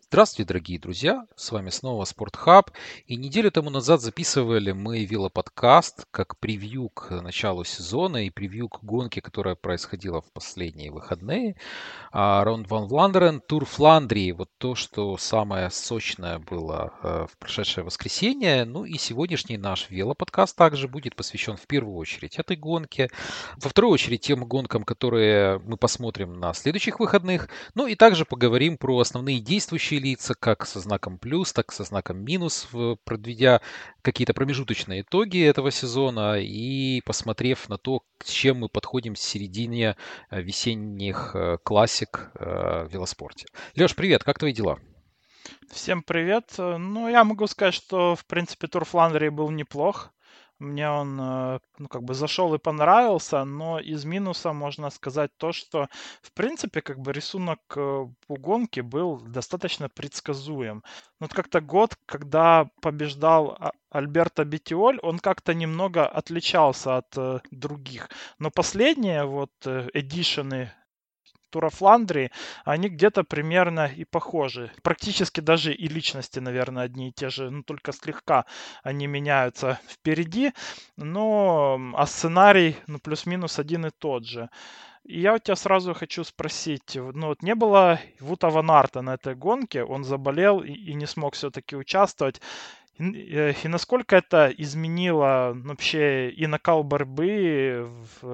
Здравствуйте, дорогие друзья! С вами снова Спортхаб. И неделю тому назад записывали мы велоподкаст как превью к началу сезона и превью к гонке, которая происходила в последние выходные. Раунд ван Вландерен, Тур Фландрии. Вот то, что самое сочное было в прошедшее воскресенье. Ну и сегодняшний наш велоподкаст также будет посвящен в первую очередь этой гонке. Во вторую очередь тем гонкам, которые мы посмотрим на следующих выходных. Ну и также поговорим про основные действующие лица, как со знаком плюс, так и со знаком минус, подведя какие-то промежуточные итоги этого сезона и посмотрев на то, с чем мы подходим к середине весенних классик в велоспорте. Леш, привет, как твои дела? Всем привет. Ну, я могу сказать, что, в принципе, тур Фландрии был неплох. Мне он, как бы зашел и понравился, но из минуса можно сказать то, что, в принципе, как бы рисунок у гонки был достаточно предсказуем. Но вот как-то год, когда побеждал Альберто Бетиоль, он как-то немного отличался от других. Но последние вот эдишены Тура Фландрии, они где-то примерно и похожи. Практически даже и личности, наверное, одни и те же, ну только слегка они меняются впереди, но а сценарий, ну плюс-минус один и тот же. И я у тебя сразу хочу спросить, ну вот не было Вута Ван Арта на этой гонке, он заболел и не смог все-таки участвовать. И насколько это изменило вообще и накал борьбы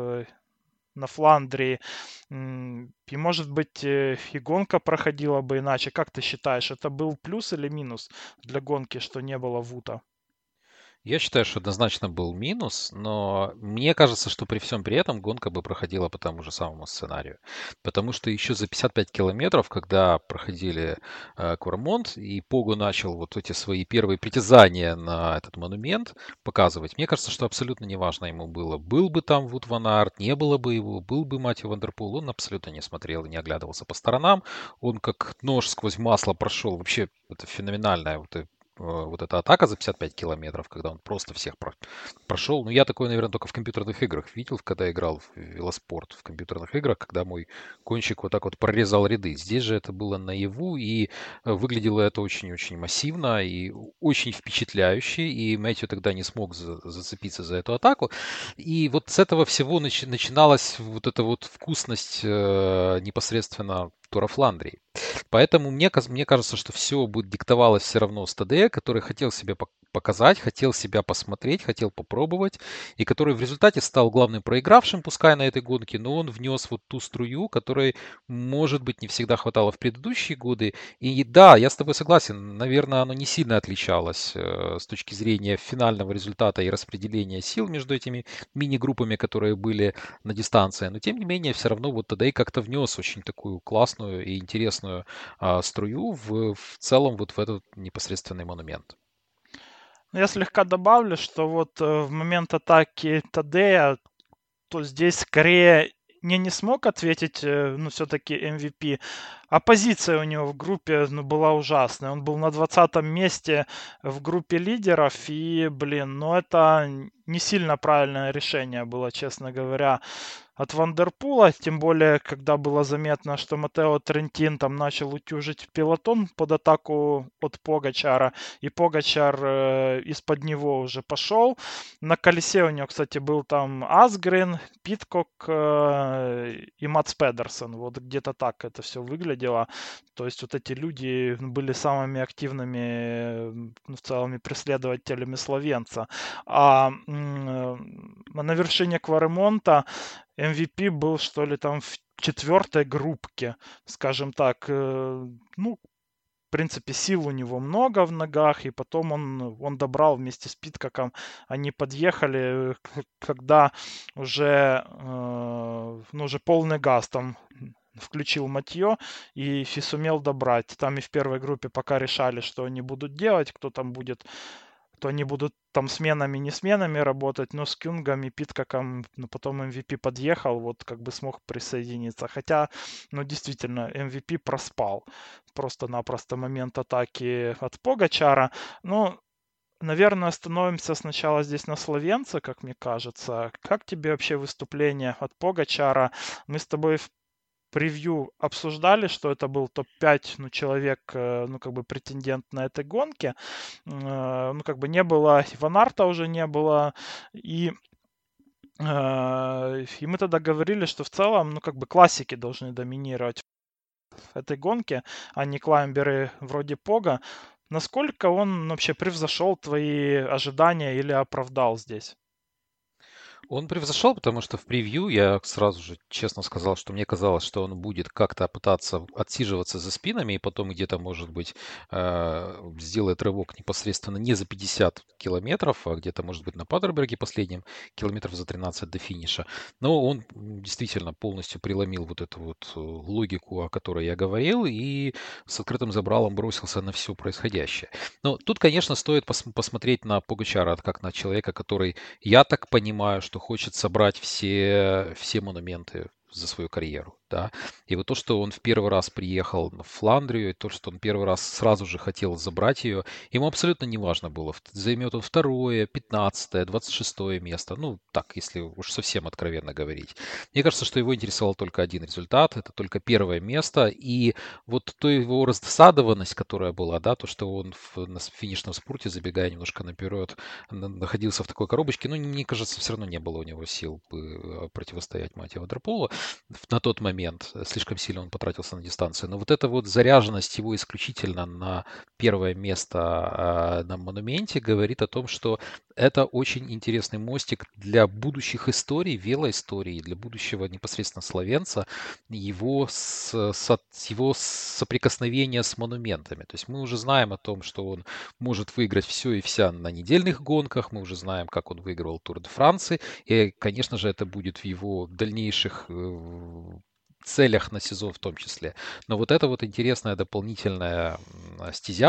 на Фландрии. И, может быть, и гонка проходила бы иначе. Как ты считаешь, это был плюс или минус для гонки, что не было Вута? Я считаю, что однозначно был минус, но мне кажется, что при всем при этом гонка бы проходила по тому же самому сценарию. Потому что еще за 55 километров, когда проходили Курмонт, и Погу начал вот эти свои первые притязания на этот монумент показывать, мне кажется, что абсолютно неважно ему было. Был бы там Вуд Ван Аерт, не было бы его, был бы Матью Ван дер Пул, он абсолютно не смотрел и не оглядывался по сторонам. Он как нож сквозь масло прошел. Вообще, это феноменальная вот эта атака за 55 километров, когда он просто всех прошел. Ну, я такое, наверное, только в компьютерных играх видел, когда играл в велоспорт в компьютерных играх, когда мой кончик вот так вот прорезал ряды. Здесь же это было наяву, и выглядело это очень-очень массивно и очень впечатляюще, и Мэтью тогда не смог зацепиться за эту атаку. И вот с этого всего начиналась вот эта вот вкусность непосредственно Тура Фландрии. Поэтому мне кажется, что все будет диктовалось все равно Стаде, который хотел себя показать, хотел себя посмотреть, хотел попробовать, и который в результате стал главным проигравшим, пускай на этой гонке, но он внес вот ту струю, которой, может быть, не всегда хватало в предыдущие годы. И да, я с тобой согласен, наверное, оно не сильно отличалось с точки зрения финального результата и распределения сил между этими мини-группами, которые были на дистанции. Но тем не менее, все равно вот Тадей как-то внес очень такую классную и интересную струю в целом вот в этот непосредственный монумент. Ну, я слегка добавлю, что вот в момент атаки Тадея, то здесь скорее не смог ответить, ну, все-таки MVP, а позиция у него в группе, ну, была ужасная. Он был на 20 месте в группе лидеров, и, блин, ну, это не сильно правильное решение было, честно говоря, от Вандерпула, тем более, когда было заметно, что Матео Трентин там начал утюжить пелотон под атаку от Погачара, и Погачар из-под него уже пошел. На колесе у него, кстати, был там Асгрен, Питкок и Матс Педерсон. Вот где-то так это все выглядело. То есть вот эти люди были самыми активными в целом преследователями словенца. На вершине Кваремонта MVP был, что ли, там в четвертой группке, скажем так. Ну, в принципе, сил у него много в ногах, и потом он добрал вместе с Питкоком, они подъехали, когда уже, ну, уже полный газ там включил Матье и сумел добрать. Там и в первой группе пока решали, что они будут делать, кто там будет, то они будут там сменами, не сменами работать, но с Кюнгом и Питкоком, ну, потом MVP подъехал, вот как бы смог присоединиться. Хотя, ну, действительно, MVP проспал просто-напросто момент атаки от Погачара. Ну, наверное, остановимся сначала здесь на словенце, как мне кажется. Как тебе вообще выступление от Погачара? Мы с тобой превью обсуждали, что это был топ-5 человек, как бы претендент на этой гонке. Как бы не было, Ван Арта уже не было, и мы тогда говорили, что в целом, как бы классики должны доминировать в этой гонке, а не клаймберы вроде Пога. Насколько он вообще превзошел твои ожидания или оправдал здесь? Он превзошел, потому что в превью я сразу же честно сказал, что мне казалось, что он будет как-то пытаться отсиживаться за спинами и потом где-то, может быть, сделает рывок непосредственно не за 50 километров, а где-то, может быть, на Падерберге последним, километров за 13 до финиша. Но он действительно полностью преломил вот эту вот логику, о которой я говорил, и с открытым забралом бросился на все происходящее. Но тут, конечно, стоит посмотреть на Погачара как на человека, который, я так понимаю, что хочет собрать все монументы за свою карьеру, да. И вот то, что он в первый раз приехал в Фландрию, и то, что он первый раз сразу же хотел забрать ее, ему абсолютно не важно было, займет он второе, 15-е, 26-е место, ну, так, если уж совсем откровенно говорить. Мне кажется, что его интересовал только один результат, это только первое место, и вот то его раздосадованность, которая была, да, то, что он на финишном спурте, забегая немножко наперед, находился в такой коробочке, ну, мне кажется, все равно не было у него сил противостоять Маттио Ван на тот момент. Слишком сильно он потратился на дистанцию. Но вот эта вот заряженность его исключительно на первое место на монументе говорит о том, что это очень интересный мостик для будущих историй, велоистории, для будущего непосредственно словенца, его соприкосновения с монументами. То есть мы уже знаем о том, что он может выиграть все и вся на недельных гонках, мы уже знаем, как он выигрывал Тур де Франции, и, конечно же, это будет в его дальнейших целях на сезон в том числе. Но вот это вот интересная дополнительная стезя,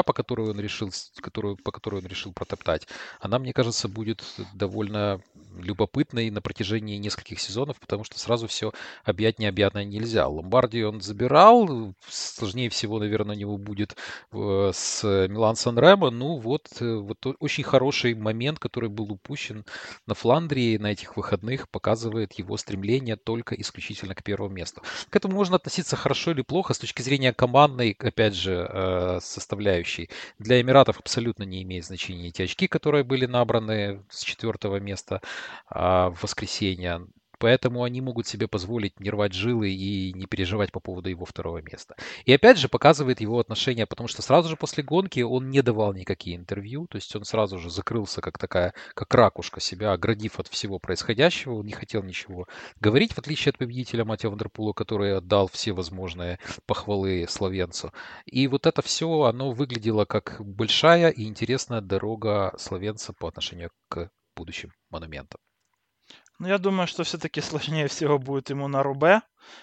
по которой он решил протоптать, она, мне кажется, будет довольно любопытной на протяжении нескольких сезонов, потому что сразу все объять необъятное нельзя. Ломбардию он забирал, сложнее всего, наверное, у него будет с Милан Сан-Ремо. Ну вот очень хороший момент, который был упущен на Фландрии на этих выходных, показывает его стремление только исключительно к первому месту. К этому можно относиться хорошо или плохо с точки зрения командной, опять же, составляющей. Для Эмиратов абсолютно не имеет значения эти очки, которые были набраны с 4-го места в воскресенье. Поэтому они могут себе позволить не рвать жилы и не переживать по поводу его второго места. И опять же показывает его отношение, потому что сразу же после гонки он не давал никакие интервью, то есть он сразу же закрылся как ракушка себя, оградив от всего происходящего, он не хотел ничего говорить, в отличие от победителя Маттио Ван дер Пула, который отдал все возможные похвалы словенцу. И вот это все, оно выглядело как большая и интересная дорога словенца по отношению к будущим монументам. Ну, я думаю, что все-таки сложнее всего будет ему на Рубе,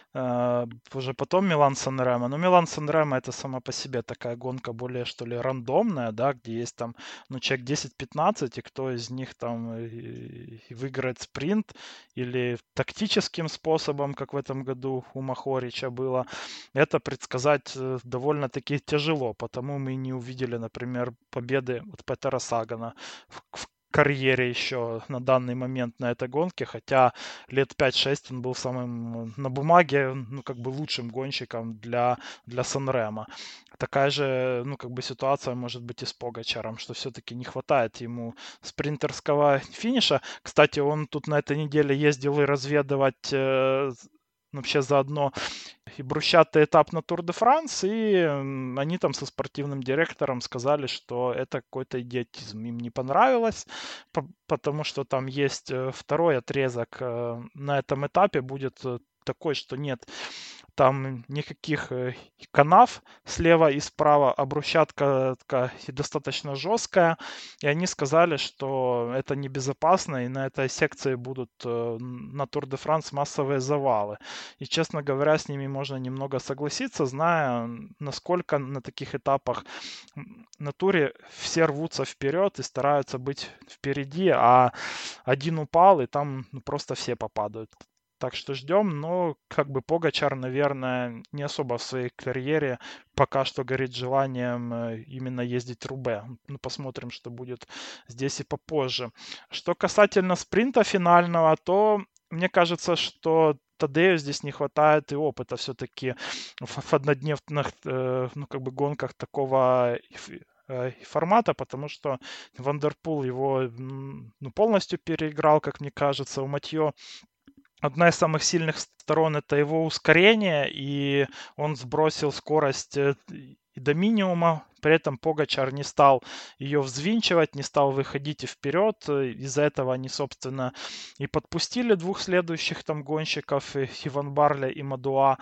уже потом Милан Сан-Ремо. Но Милан Сан-Ремо это сама по себе такая гонка более, что ли, рандомная, да, где есть там, человек 10-15, и кто из них там и выиграет спринт или тактическим способом, как в этом году у Махорича было, это предсказать довольно-таки тяжело, потому мы не увидели, например, победы от Петера Сагана в карьере еще на данный момент на этой гонке, хотя лет 5-6 он был самым на бумаге, как бы лучшим гонщиком для Сан-Ремо. Такая же, как бы ситуация может быть и с Погачаром, что все-таки не хватает ему спринтерского финиша. Кстати, он тут на этой неделе ездил и разведывать вообще заодно и брусчатый этап на Тур де Франс, и они там со спортивным директором сказали, что это какой-то идиотизм. Им не понравилось, потому что там есть второй отрезок на этом этапе будет такой, что нет там никаких канав слева и справа, а брусчатка такая достаточно жесткая. И они сказали, что это небезопасно, и на этой секции будут на Тур де Франс массовые завалы. И, честно говоря, с ними можно немного согласиться, зная, насколько на таких этапах на туре все рвутся вперед и стараются быть впереди, а один упал, и там просто все попадают. Так что ждем, но как бы Погачар, наверное, не особо в своей карьере пока что горит желанием именно ездить Рубе. Ну, посмотрим, что будет здесь и попозже. Что касательно спринта финального, то мне кажется, что Тадею здесь не хватает и опыта все-таки в однодневных гонках такого формата, потому что Ван дер Пул его полностью переиграл, как мне кажется. У Матьё одна из самых сильных сторон — это его ускорение, и он сбросил скорость и до минимума. При этом Погачар не стал ее взвинчивать, не стал выходить и вперед. Из-за этого они, собственно, и подпустили двух следующих там гонщиков, и Ван Барля, и Мадуа.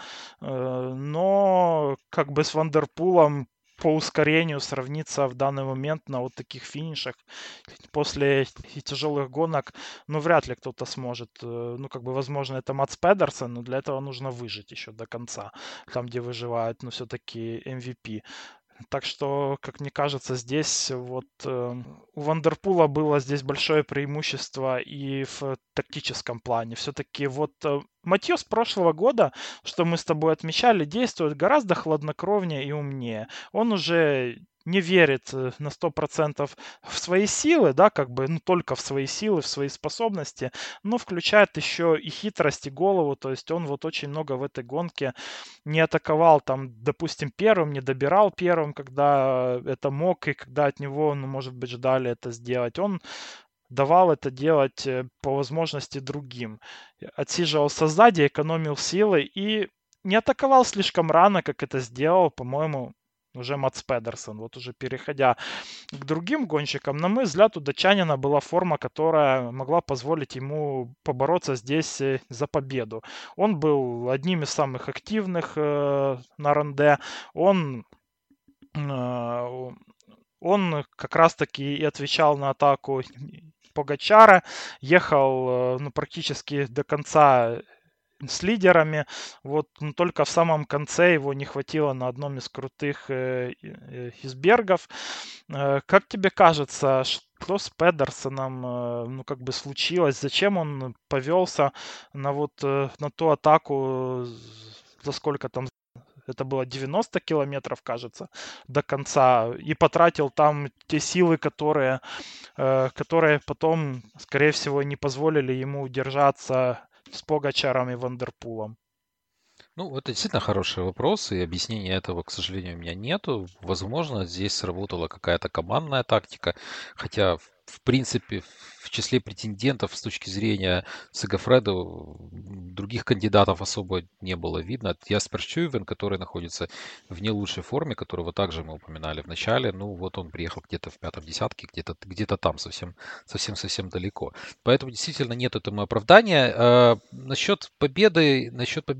Но как бы с Ван дер Пулом по ускорению сравниться в данный момент на вот таких финишах после тяжелых гонок, вряд ли кто-то сможет. Возможно, это Матс Педерсен, но для этого нужно выжить еще до конца, там, где выживают, все-таки MVP. Так что, как мне кажется, здесь вот у Ван дер Пула было здесь большое преимущество и в тактическом плане. Все-таки вот Матьё с прошлого года, что мы с тобой отмечали, действует гораздо хладнокровнее и умнее. Он уже не верит на 100% в свои силы, да, только в свои силы, в свои способности, но включает еще и хитрость, и голову, то есть он вот очень много в этой гонке не атаковал там, допустим, первым, не добирал первым, когда это мог, и когда от него, может быть, ждали это сделать. Он давал это делать по возможности другим. Отсиживался сзади, экономил силы и не атаковал слишком рано, как это сделал, по-моему, уже Матс Педерсен. Вот уже переходя к другим гонщикам, на мой взгляд, у датчанина была форма, которая могла позволить ему побороться здесь за победу. Он был одним из самых активных на ранде. Он как раз-таки и отвечал на атаку Погачара, ехал практически до конца с лидерами. Вот, но только в самом конце его не хватило на одном из крутых избергов. Как тебе кажется, что с Педерсоном случилось? Зачем он повелся на ту атаку, за сколько там, это было 90 километров, кажется, до конца, и потратил там те силы, которые потом, скорее всего, не позволили ему удержаться с Погачаром и Ван дер Пулом? Это действительно хороший вопрос, и объяснения этого, к сожалению, у меня нету. Возможно, здесь сработала какая-то командная тактика, хотя, в принципе, в числе претендентов с точки зрения Сегафреда других кандидатов особо не было видно. Яспер Стuyven, который находится в не лучшей форме, которого также мы упоминали в начале, вот он приехал где-то в пятом десятке, где-то там совсем далеко. Поэтому действительно нет этому оправдания. Насчет победы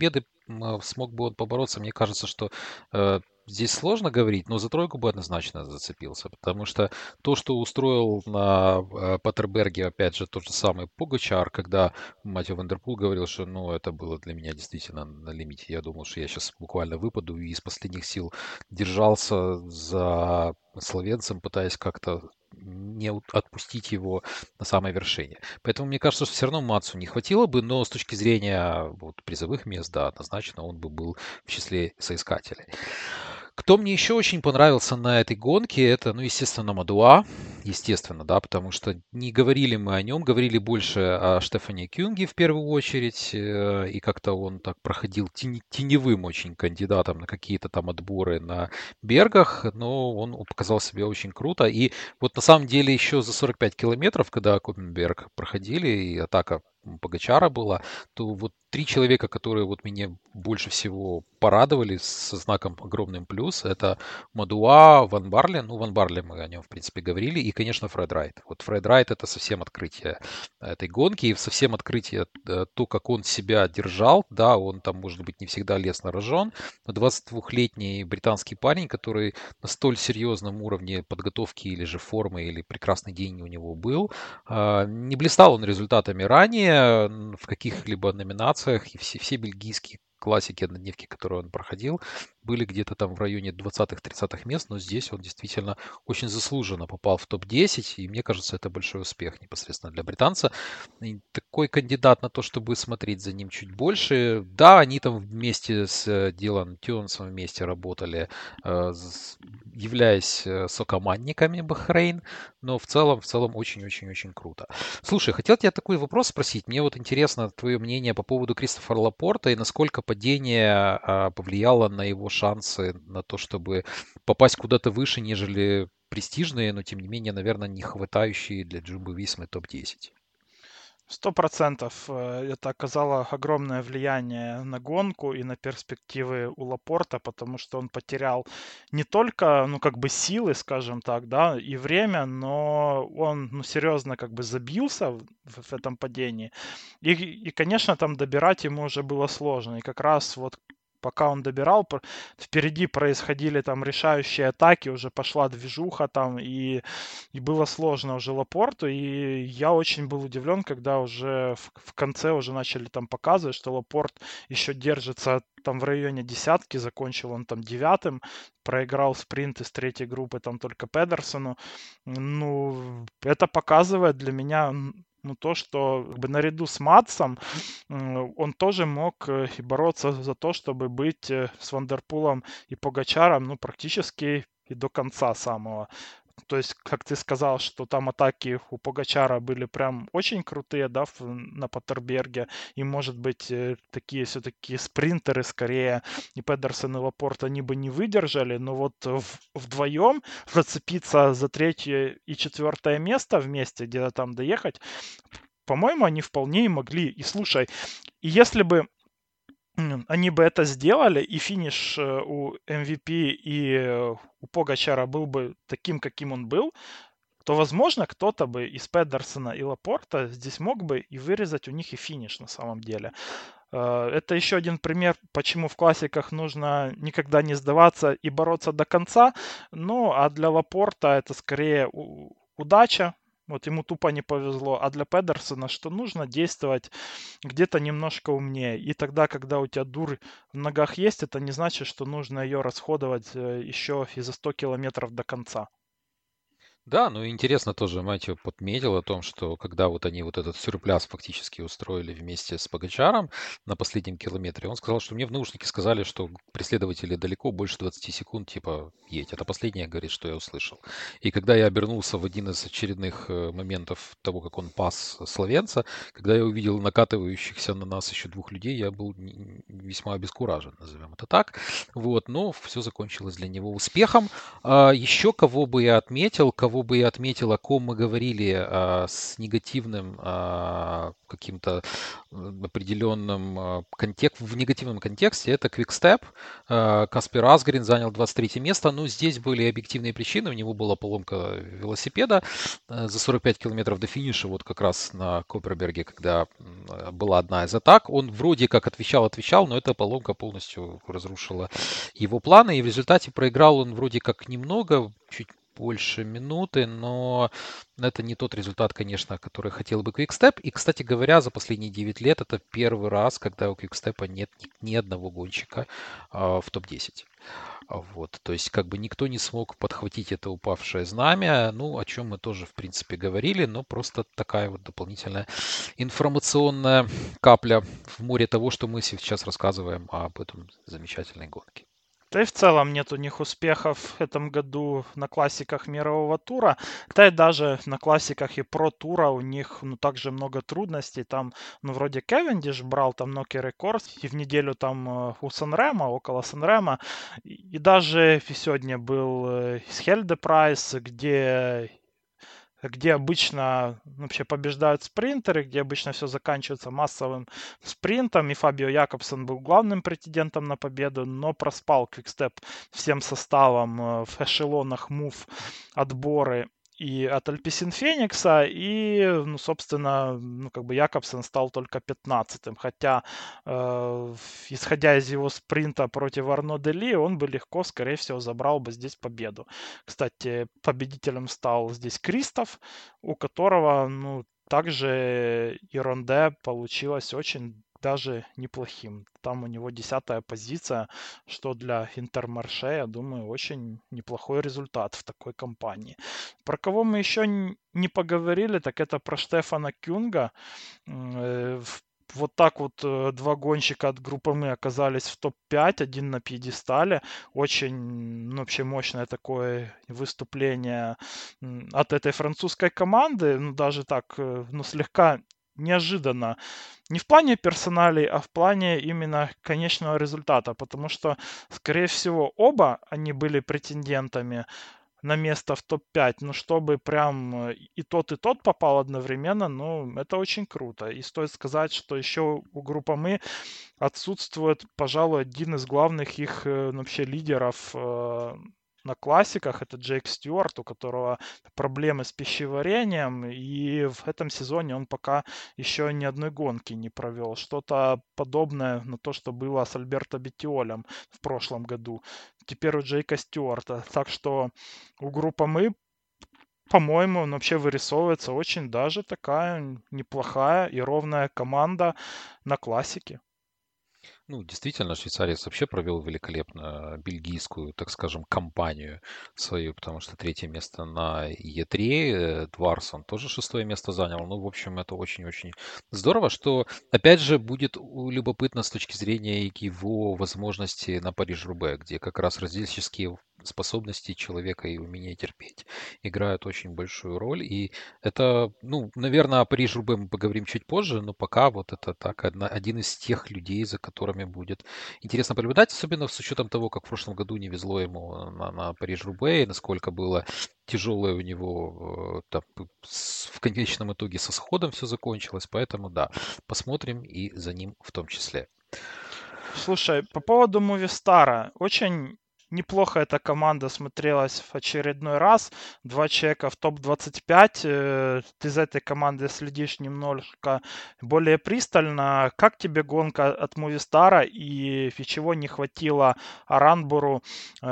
смог бы он побороться, мне кажется, что здесь сложно говорить, но за тройку бы однозначно зацепился, потому что то, что устроил на Паттерберге, опять же, тот же самый Погачар, когда Матьё Ван дер Пул говорил, что, это было для меня действительно на лимите. Я думал, что я сейчас буквально выпаду, и из последних сил держался за словенцем, пытаясь как-то не отпустить его на самой вершине. Поэтому мне кажется, что все равно Матсу не хватило бы, но с точки зрения призовых мест, да, однозначно он бы был в числе соискателей. Кто мне еще очень понравился на этой гонке, это, естественно, Мадуа. Естественно, да, потому что не говорили мы о нем, говорили больше о Штефане Кюнге в первую очередь, и как-то он так проходил теневым очень кандидатом на какие-то там отборы на Бергах, но он показал себя очень круто. И вот на самом деле еще за 45 километров, когда Копенберг проходили, и атака Погачара была, то вот три человека, которые вот меня больше всего порадовали со знаком огромным плюс, это Мадуа, Ван Барли. Ван Барли мы о нем, в принципе, говорили, и, конечно, Фред Райт. Вот Фред Райт — это совсем открытие этой гонки, и совсем открытие то, как он себя держал. Да, он там, может быть, не всегда лестно рожен, но 22-летний британский парень, который на столь серьезном уровне подготовки или же формы, или прекрасный день у него был, не блистал он результатами ранее в каких-либо номинациях, и все бельгийские классики однодневки, которые он проходил, были где-то там в районе 20-30 мест, но здесь он действительно очень заслуженно попал в топ-10, и мне кажется, это большой успех непосредственно для британца. И такой кандидат на то, чтобы смотреть за ним чуть больше. Да, они там вместе с Дилан Тюнсом вместе работали являясь сокомандниками Бахрейн, но в целом очень-очень-очень круто. Слушай, хотел тебя такой вопрос спросить. Мне вот интересно твое мнение по поводу Кристофера Лапорта и насколько падение повлияло на его шансы на то, чтобы попасть куда-то выше, нежели престижные, но тем не менее, наверное, не хватающие для Джумбо Висмы топ-10. 100% это оказало огромное влияние на гонку и на перспективы у Лапорта, потому что он потерял не только, ну, как бы силы, скажем так, да, и время, но он, ну, серьезно как бы забился в этом падении. И, конечно, там добирать ему уже было сложно. И как раз вот пока он добирал, впереди происходили там решающие атаки, уже пошла движуха там, и было сложно уже Лапорту, и я очень был удивлен, когда уже в конце уже начали там показывать, что Лапорт еще держится там в районе десятки, закончил он там девятым, проиграл спринт из третьей группы там только Педерсону. Ну, это показывает для меня ну, то, что как бы наряду с Матсом он тоже мог и бороться за то, чтобы быть с Вандерпулом и Погачаром, ну, практически и до конца самого. То есть, как ты сказал, что там атаки у Погачара были прям очень крутые, да, на Паттерберге. И, может быть, такие все-таки спринтеры скорее, и Педерсон, и Лапорт, они бы не выдержали. Но вот вдвоем зацепиться за третье и четвертое место вместе, где-то там доехать, по-моему, они вполне и могли. И слушай, и если бы они бы это сделали, и финиш у MVP и у Погачара был бы таким, каким он был, то, возможно, кто-то бы из Педерсона и Лапорта здесь мог бы и вырезать у них и финиш на самом деле. Это еще один пример, почему в классиках нужно никогда не сдаваться и бороться до конца. Ну, а для Лапорта это скорее удача. Вот ему тупо не повезло. А для Педерсона, что нужно действовать где-то немножко умнее. И тогда, когда у тебя дурь в ногах есть, это не значит, что нужно ее расходовать еще и за 100 километров до конца. Да, ну интересно тоже, Матью подметил о том, что когда вот они вот этот сюрпляс фактически устроили вместе с Погачаром на последнем километре, он сказал, что мне в наушнике сказали, что преследователи далеко, больше 20 секунд, типа, едь. Это последнее, говорит, что я услышал. И когда я обернулся в один из очередных моментов того, как он пас словенца, когда я увидел накатывающихся на нас еще двух людей, я был весьма обескуражен, назовем это так. Вот, но все закончилось для него успехом. Еще кого бы я отметил, о ком мы говорили с негативным каким-то определенным в негативном контексте, это Квикстеп. Каспер Асгрин занял 23 место. Ну, здесь были объективные причины. У него была поломка велосипеда за 45 километров до финиша, вот как раз на Копперберге, когда была одна из атак. Он вроде как отвечал, но эта поломка полностью разрушила его планы, и в результате проиграл он вроде как немного, чуть больше минуты, но это не тот результат, конечно, который хотел бы Quickstep. И, кстати говоря, за последние 9 лет это первый раз, когда у Quickstep нет ни одного гонщика в топ-10. Вот, то есть как бы никто не смог подхватить это упавшее знамя, ну, о чем мы тоже, в принципе, говорили, но просто такая вот дополнительная информационная капля в море того, что мы сейчас рассказываем об этом замечательной гонке. Да и в целом нет у них успехов в этом году на классиках мирового тура. Да и даже на классиках и про тура у них ну также много трудностей. Там, ну вроде Кевиндиш брал там Ноки рекорд, и в неделю там у Санрема, около Санрема. И даже сегодня был с Хельде Прайс, где обычно вообще побеждают спринтеры, где обычно все заканчивается массовым спринтом, и Фабио Якобсон был главным претендентом на победу, но проспал Квикстеп всем составом в эшелонах МУФ отборы и от Альпесин Феникса, и, ну, собственно, ну, как бы Якобсен стал только 15-м, хотя, исходя из его спринта против Арно Дели, он бы легко, скорее всего, забрал бы здесь победу. Кстати, победителем стал здесь Кристоф, у которого, ну, также и Ронде получилось очень даже неплохим. Там у него 10-я позиция, что для Интермарше, я думаю, очень неплохой результат в такой компании. Про кого мы еще не поговорили, так это про Штефана Кюнга. вот так вот два гонщика от группы «Мы» оказались в топ-5, один на пьедестале. Очень, ну, вообще мощное такое выступление от этой французской команды. Ну, даже так, ну, слегка неожиданно. Не в плане персоналей, а в плане именно конечного результата. Потому что, скорее всего, оба они были претендентами на место в топ-5, ну, чтобы прям и тот попал одновременно, ну, это очень круто. И стоит сказать, что еще у группы «Мы» отсутствует, пожалуй, один из главных их вообще лидеров на классиках. Это Джейк Стюарт, у которого проблемы с пищеварением, и в этом сезоне он пока еще ни одной гонки не провел. Что-то подобное на то, что было с Альберто Беттиолем в прошлом году. Теперь у Джейка Стюарта. Так что у группы «Мы», по-моему, вообще вырисовывается очень даже такая неплохая и ровная команда на классике. Ну, действительно, швейцарец вообще провел великолепно бельгийскую, так скажем, кампанию свою, потому что третье место на Е3, Дварс, он тоже шестое место занял. Ну, в общем, это очень-очень здорово, что, опять же, будет любопытно с точки зрения его возможностей на Париж-Roubaix, где как раз разделческие способности человека и умение терпеть играют очень большую роль. И это, ну, наверное, о Париж-Roubaix мы поговорим чуть позже, но пока вот это так один из тех людей, за которыми будет интересно наблюдать, особенно с учетом того, как в прошлом году не везло ему на Париж-Roubaix, и насколько было тяжелое у него там, в конечном итоге со сходом все закончилось. Поэтому да, посмотрим и за ним в том числе. Слушай, по поводу Movistar, очень неплохо эта команда смотрелась в очередной раз. Два человека в топ-25. Ты за этой командой следишь немножко более пристально. Как тебе гонка от Movistar и чего не хватило Аранбуру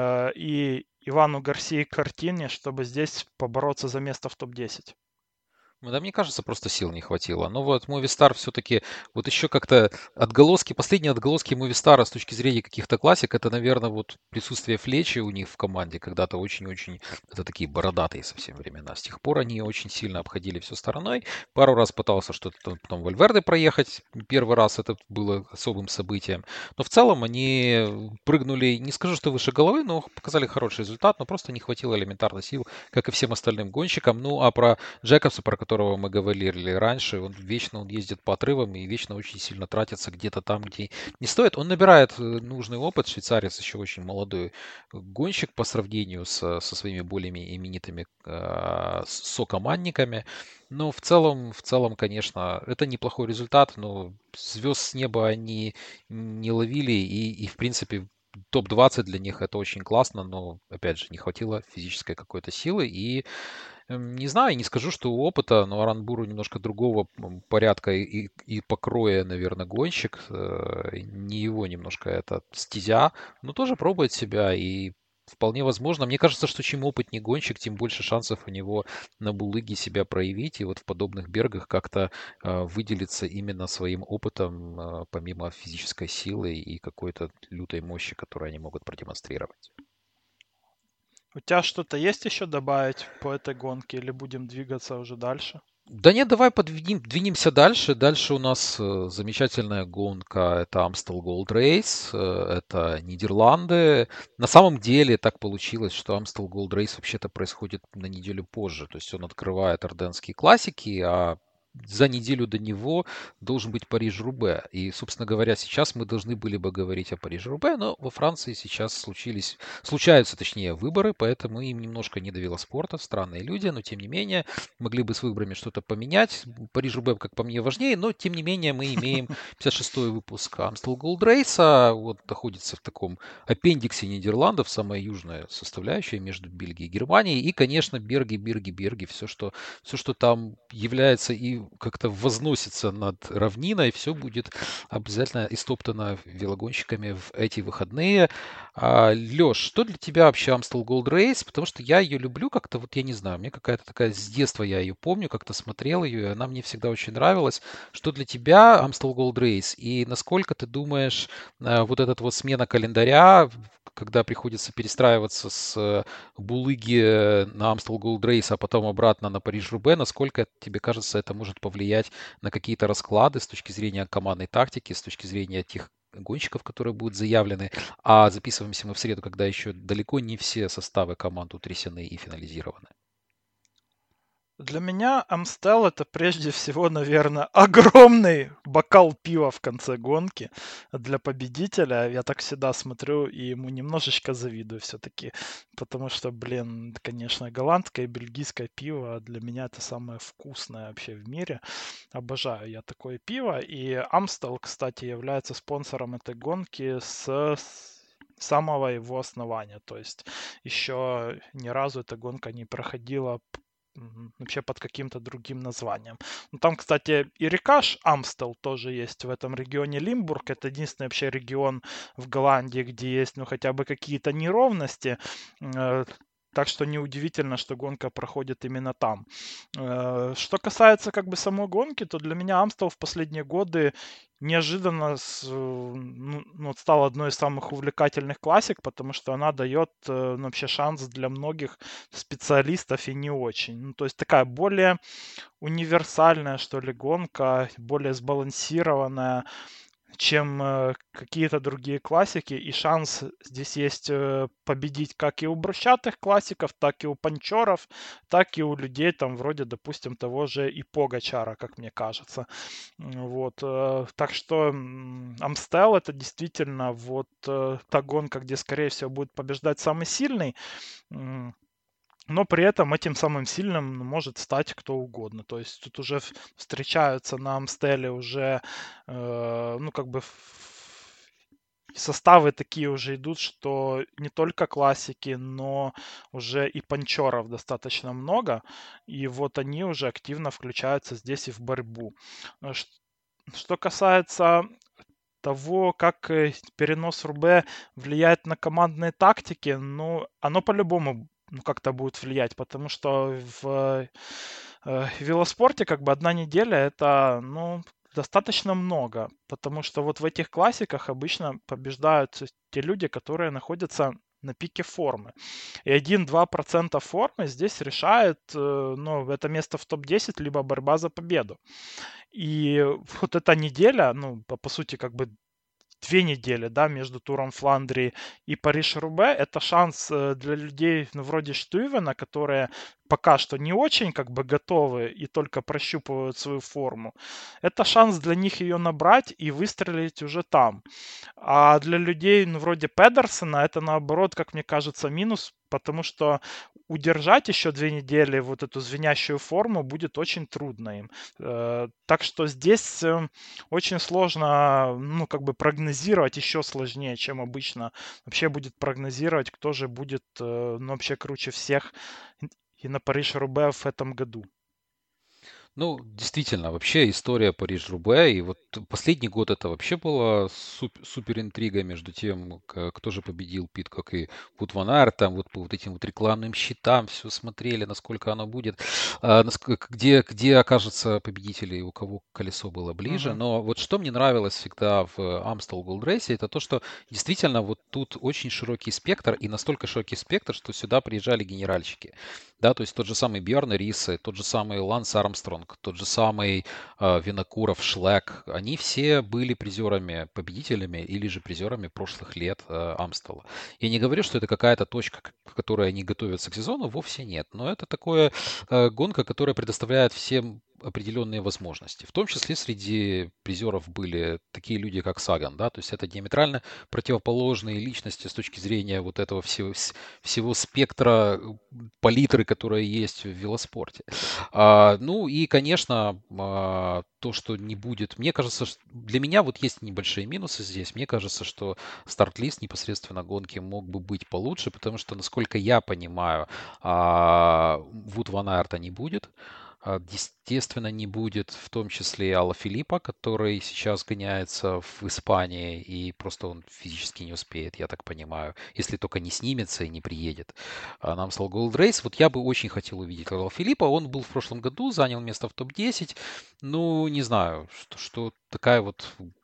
и Ивану Гарсии Картине, чтобы здесь побороться за место в топ-10? Ну да, мне кажется, просто сил не хватило. Но вот Movistar все-таки, вот еще как-то отголоски, последние отголоски Movistar с точки зрения каких-то классик, это, наверное, вот присутствие Флечи у них в команде когда-то очень-очень, это такие бородатые совсем времена. С тех пор они очень сильно обходили все стороной. Пару раз пытался что-то там, потом Вальверде проехать. Первый раз это было особым событием. Но в целом они прыгнули, не скажу, что выше головы, но показали хороший результат, но просто не хватило элементарно сил, как и всем остальным гонщикам. Ну, а про Джекобса, про которого мы говорили раньше, он ездит по отрывам и вечно очень сильно тратится где-то там, где не стоит. Он набирает нужный опыт. Швейцарец еще очень молодой гонщик по сравнению со своими более именитыми сокомандниками. Но в целом, конечно, это неплохой результат, но звезд с неба они не ловили, и в принципе, топ-20 для них это очень классно, но, опять же, не хватило физической какой-то силы. И не знаю, не скажу, что у опыта, но Аранбуру немножко другого порядка и покроя, наверное, гонщик. Не его немножко эта стезя, но тоже пробует себя и вполне возможно. Мне кажется, что чем опытнее гонщик, тем больше шансов у него на булыге себя проявить и вот в подобных бергах как-то выделиться именно своим опытом, помимо физической силы и какой-то лютой мощи, которую они могут продемонстрировать. У тебя что-то есть еще добавить по этой гонке или будем двигаться уже дальше? Да нет, давай двинемся дальше. Дальше у нас замечательная гонка. Это Amstel Gold Race, это Нидерланды. На самом деле так получилось, что Amstel Gold Race вообще-то происходит на неделю позже. То есть он открывает Арденские классики, а за неделю до него должен быть Париж-Рубе. И, собственно говоря, сейчас мы должны были бы говорить о Париж-Рубе, но во Франции сейчас случаются, точнее, выборы, поэтому им немножко не до велоспорта, странные люди, но тем не менее могли бы с выборами что-то поменять. Париж-Рубе, как по мне, важнее, но тем не менее мы имеем 56-й выпуск Amstel Gold Race, вот находится в таком аппендиксе Нидерландов, самая южная составляющая между Бельгией и Германией, и, конечно, Берги, все, что там является и как-то возносится над равниной, все будет обязательно истоптано велогонщиками в эти выходные. Леш, что для тебя вообще Amstel Gold Race? Потому что я ее люблю как-то, вот я не знаю, мне какая-то такая с детства я ее помню, как-то смотрел ее, и она мне всегда очень нравилась. Что для тебя Amstel Gold Race? И насколько ты думаешь, вот этот вот смена календаря, когда приходится перестраиваться с Булыги на Amstel Gold Race, а потом обратно на Париж-Roubaix, насколько тебе кажется, это может может повлиять на какие-то расклады с точки зрения командной тактики, с точки зрения тех гонщиков, которые будут заявлены. А записываемся мы в среду, когда еще далеко не все составы команд утрясены и финализированы. Для меня Амстел это прежде всего, наверное, огромный бокал пива в конце гонки для победителя. Я так всегда смотрю и ему немножечко завидую все-таки, потому что, блин, конечно, голландское и бельгийское пиво для меня это самое вкусное вообще в мире. Обожаю я такое пиво. И Амстел, кстати, является спонсором этой гонки с самого его основания. То есть еще ни разу эта гонка не проходила вообще под каким-то другим названием. Ну, там, кстати, и река Амстел тоже есть в этом регионе Лимбург. Это единственный вообще регион в Голландии, где есть, ну, хотя бы какие-то неровности. Так что неудивительно, что гонка проходит именно там. Что касается как бы самой гонки, то для меня Амстел в последние годы неожиданно стала одной из самых увлекательных классик, потому что она дает вообще шанс для многих специалистов и не очень. Ну, то есть такая более универсальная, что ли, гонка, более сбалансированная, чем какие-то другие классики. И шанс здесь есть победить как и у брусчатых классиков, так и у панчеров, так и у людей там вроде, допустим, того же и Погачара, как мне кажется. Вот. Так что Амстел это действительно вот та гонка, где, скорее всего, будет побеждать самый сильный. Но при этом этим самым сильным может стать кто угодно. То есть тут уже встречаются на Амстеле уже, ну, как бы составы такие уже идут, что не только классики, но уже и панчеров достаточно много. И вот они уже активно включаются здесь и в борьбу. Что касается того, как перенос Рубе влияет на командные тактики, ну, оно по-любому как-то будет влиять, потому что в велоспорте как бы одна неделя это, ну, достаточно много, потому что вот в этих классиках обычно побеждают те люди, которые находятся на пике формы. И 1-2% формы здесь решает, ну, это место в топ-10, либо борьба за победу. И вот эта неделя, ну, по сути, как бы 2 недели, да, между туром Фландрии и Париж-Рубе, это шанс для людей, ну, вроде Штуйвена, которые пока что не очень как бы готовы и только прощупывают свою форму. Это шанс для них ее набрать и выстрелить уже там. А для людей, ну, вроде Педерсона, это наоборот, как мне кажется, минус, потому что удержать еще 2 недели вот эту звенящую форму будет очень трудно им. Так что здесь очень сложно, ну, как бы прогнозировать, еще сложнее, чем обычно вообще будет прогнозировать, кто же будет, ну, вообще круче всех и на Париж-Рубе в этом году. Ну, действительно, вообще история Париж-Roubaix, и вот последний год это вообще была супер интрига между тем, кто же победил Питкок и Вуд ван Аерт, там вот по вот этим вот рекламным щитам все смотрели, насколько оно будет, где окажется победитель и у кого колесо было ближе. Мгм. Но вот что мне нравилось всегда в Amstel Gold Race, это то, что действительно вот тут очень широкий спектр, и настолько широкий спектр, что сюда приезжали генеральщики. Да, то есть тот же самый Бьерн Рисе, тот же самый Ланс Армстронг, тот же самый Винокуров, Шлек, они все были призерами, победителями или же призерами прошлых лет Амстела. Я не говорю, что это какая-то точка, к которой они готовятся к сезону, вовсе нет. Но это такое гонка, которая предоставляет всем определенные возможности. В том числе среди призеров были такие люди, как Саган, да, то есть это диаметрально противоположные личности с точки зрения вот этого всего спектра палитры, которая есть в велоспорте. Ну и, конечно, то, что не будет. Мне кажется, для меня вот есть небольшие минусы здесь. Мне кажется, что старт-лист непосредственно гонки мог бы быть получше, потому что, насколько я понимаю, Вуд ван Аерта не будет. Естественно, не будет в том числе и Алла Филиппа, который сейчас гоняется в Испании, и просто он физически не успеет, я так понимаю, если только не снимется и не приедет на Amstel Gold Race. Вот я бы очень хотел увидеть Алла Филиппа. Он был в прошлом году, занял место в топ-10. Ну, не знаю, что такая вот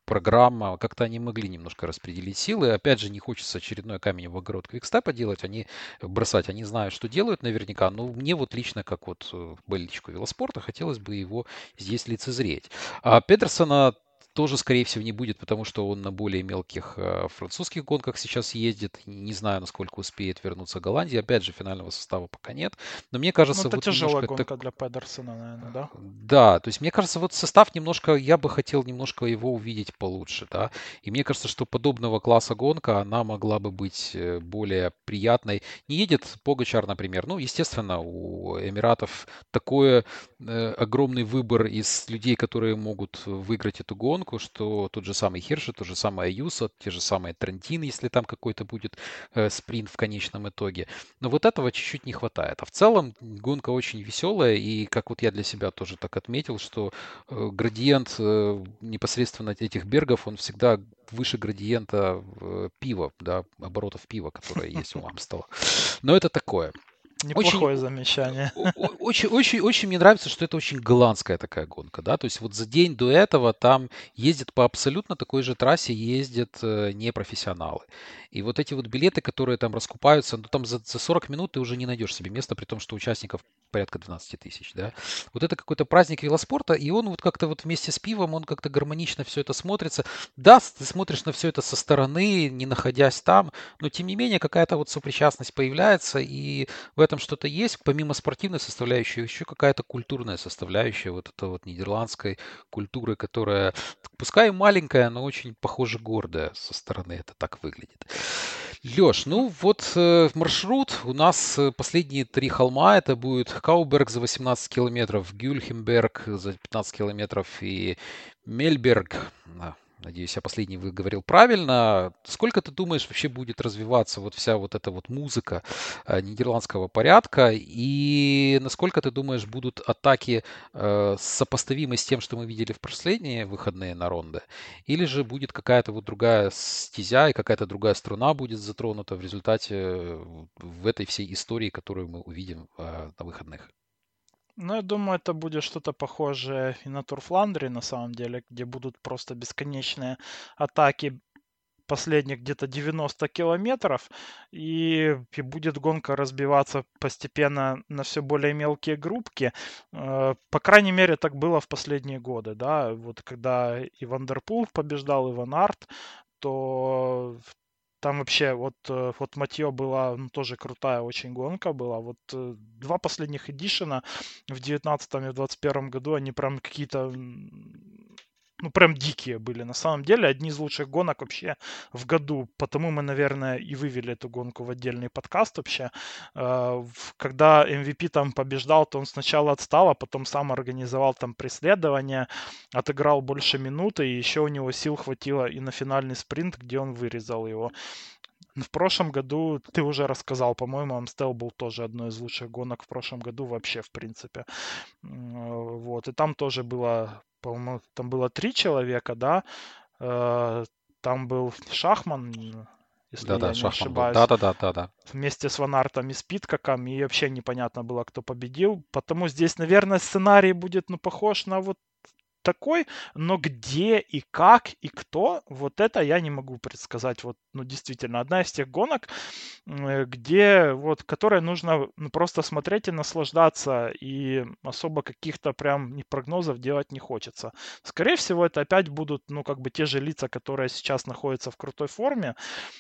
программа, как-то они могли немножко распределить силы. Опять же, не хочется очередной камень в огород Квикстепа делать, бросать. Они знают, что делают наверняка, но мне вот лично, как вот болельщику велоспорта, хотелось бы его здесь лицезреть. А Петерсона тоже, скорее всего, не будет, потому что он на более мелких французских гонках сейчас ездит. Не знаю, насколько успеет вернуться Голландии. Опять же, финального состава пока нет. Но мне Ну, кажется, это вот тяжелая немножко так. гонка для Педерсона, наверное, да? Да, то есть мне кажется, вот состав немножко, я бы хотел немножко его увидеть получше, да. И мне кажется, что подобного класса гонка, она могла бы быть более приятной. Не едет Погачар, например. Ну, естественно, у Эмиратов такой огромный выбор из людей, которые могут выиграть эту гонку, что тот же самый Херши, тот же самый Аюсо, те же самые Трентин, если там какой-то будет спринт в конечном итоге. Но вот этого чуть-чуть не хватает. А в целом гонка очень веселая, и как вот я для себя тоже так отметил, что градиент непосредственно этих бергов, он всегда выше градиента пива, да, оборотов пива, которое есть у Амстела. Но это такое. Очень, Неплохое замечание. очень, очень, очень мне нравится, что это очень голландская такая гонка, да, то есть вот за день до этого там ездят по абсолютно такой же трассе, ездят непрофессионалы. И вот эти вот билеты, которые там раскупаются, ну там за 40 минут ты уже не найдешь себе места, при том, что участников порядка 12 тысяч, да. Вот это какой-то праздник велоспорта, и он вот как-то вот вместе с пивом, он как-то гармонично все это смотрится. Да, ты смотришь на все это со стороны, не находясь там, но тем не менее какая-то вот сопричастность появляется, и в этом что-то есть, помимо спортивной составляющей, еще какая-то культурная составляющая вот это вот нидерландской культуры, которая, пускай и маленькая, но очень, похоже, гордая со стороны это так выглядит. Леш, ну вот маршрут у нас последние 3 холма. Это будет Кауберг за 18 километров, Гюльхемберг за 15 километров и Мельберг. Надеюсь, я последний выговорил правильно. Сколько ты думаешь вообще будет развиваться вот вся вот эта вот музыка нидерландского порядка? И насколько ты думаешь будут атаки сопоставимы с тем, что мы видели в последние выходные на Ронде? Или же будет какая-то вот другая стезя и какая-то другая струна будет затронута в результате в этой всей истории, которую мы увидим на выходных? Ну, я думаю, это будет что-то похожее и на Тур Фландрии, на самом деле, где будут просто бесконечные атаки последних где-то 90 километров, и будет гонка разбиваться постепенно на все более мелкие группки. По крайней мере, так было в последние годы, да. Вот когда и Ван дер Пул побеждал, и Ван Арт, то там вообще вот Матьё была тоже крутая очень гонка была. Вот два последних эдишена в 19 и в 21 году, они прям какие-то ну, прям дикие были. На самом деле, одни из лучших гонок вообще в году. Потому мы, наверное, и вывели эту гонку в отдельный подкаст вообще. Когда MVP там побеждал, то он сначала отстал, а потом сам организовал там преследование, отыграл больше минуты, и еще у него сил хватило и на финальный спринт, где он вырезал его. В прошлом году, ты уже рассказал, по-моему, Амстел был тоже одной из лучших гонок в прошлом году вообще, в принципе. Вот, и там тоже было, по-моему, там было 3 человека, да. Э, Там был Шахман, если Да-да, я не Шахман был. ошибаюсь, Да-да-да-да-да. вместе с Ванартом и Спиткаком, и вообще непонятно было, кто победил. Потому здесь, наверное, сценарий будет, ну, похож на вот такой, но где и как и кто, вот это я не могу предсказать. Вот, ну, действительно, одна из тех гонок, где вот, которой нужно ну, просто смотреть и наслаждаться, и особо каких-то прям прогнозов делать не хочется. Скорее всего, это опять будут, ну, как бы те же лица, которые сейчас находятся в крутой форме.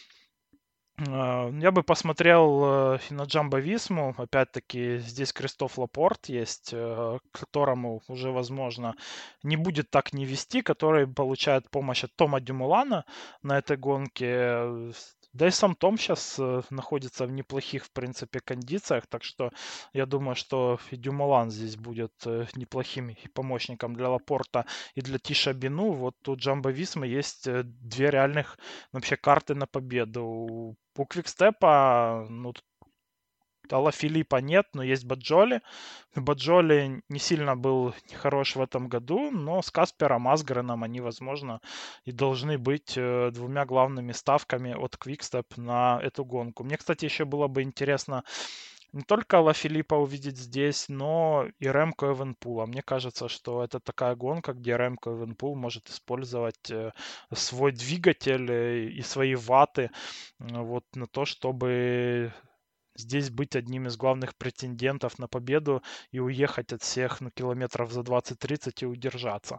Я бы посмотрел и на Джамбо Висму. Опять-таки, здесь Кристоф Лапорт есть, которому уже, возможно, не будет так не вести, который получает помощь от Тома Дюмулана на этой гонке. Да и сам Том сейчас находится в неплохих, в принципе, кондициях, так что я думаю, что и Дюмулан здесь будет неплохим и помощником для Лапорта и для Тиша Бину. Вот у Джамбо Висмы есть две реальных вообще карты на победу. У Квикстепа, ну, Ала Филиппа нет, но есть Баджоли. Баджоли не сильно был хорош в этом году, но с Каспером Асгреном они, возможно, и должны быть двумя главными ставками от Квикстеп на эту гонку. Мне, кстати, еще было бы интересно не только Ла-Филиппа увидеть здесь, но и Ремко Эвенпула. Мне кажется, что это такая гонка, где Ремко Эвенпул может использовать свой двигатель и свои ваты вот на то, чтобы здесь быть одним из главных претендентов на победу и уехать от всех километров за 20-30 и удержаться.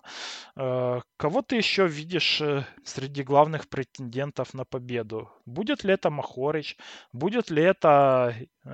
Кого ты еще видишь среди главных претендентов на победу? Будет ли это Махорич? Будет ли это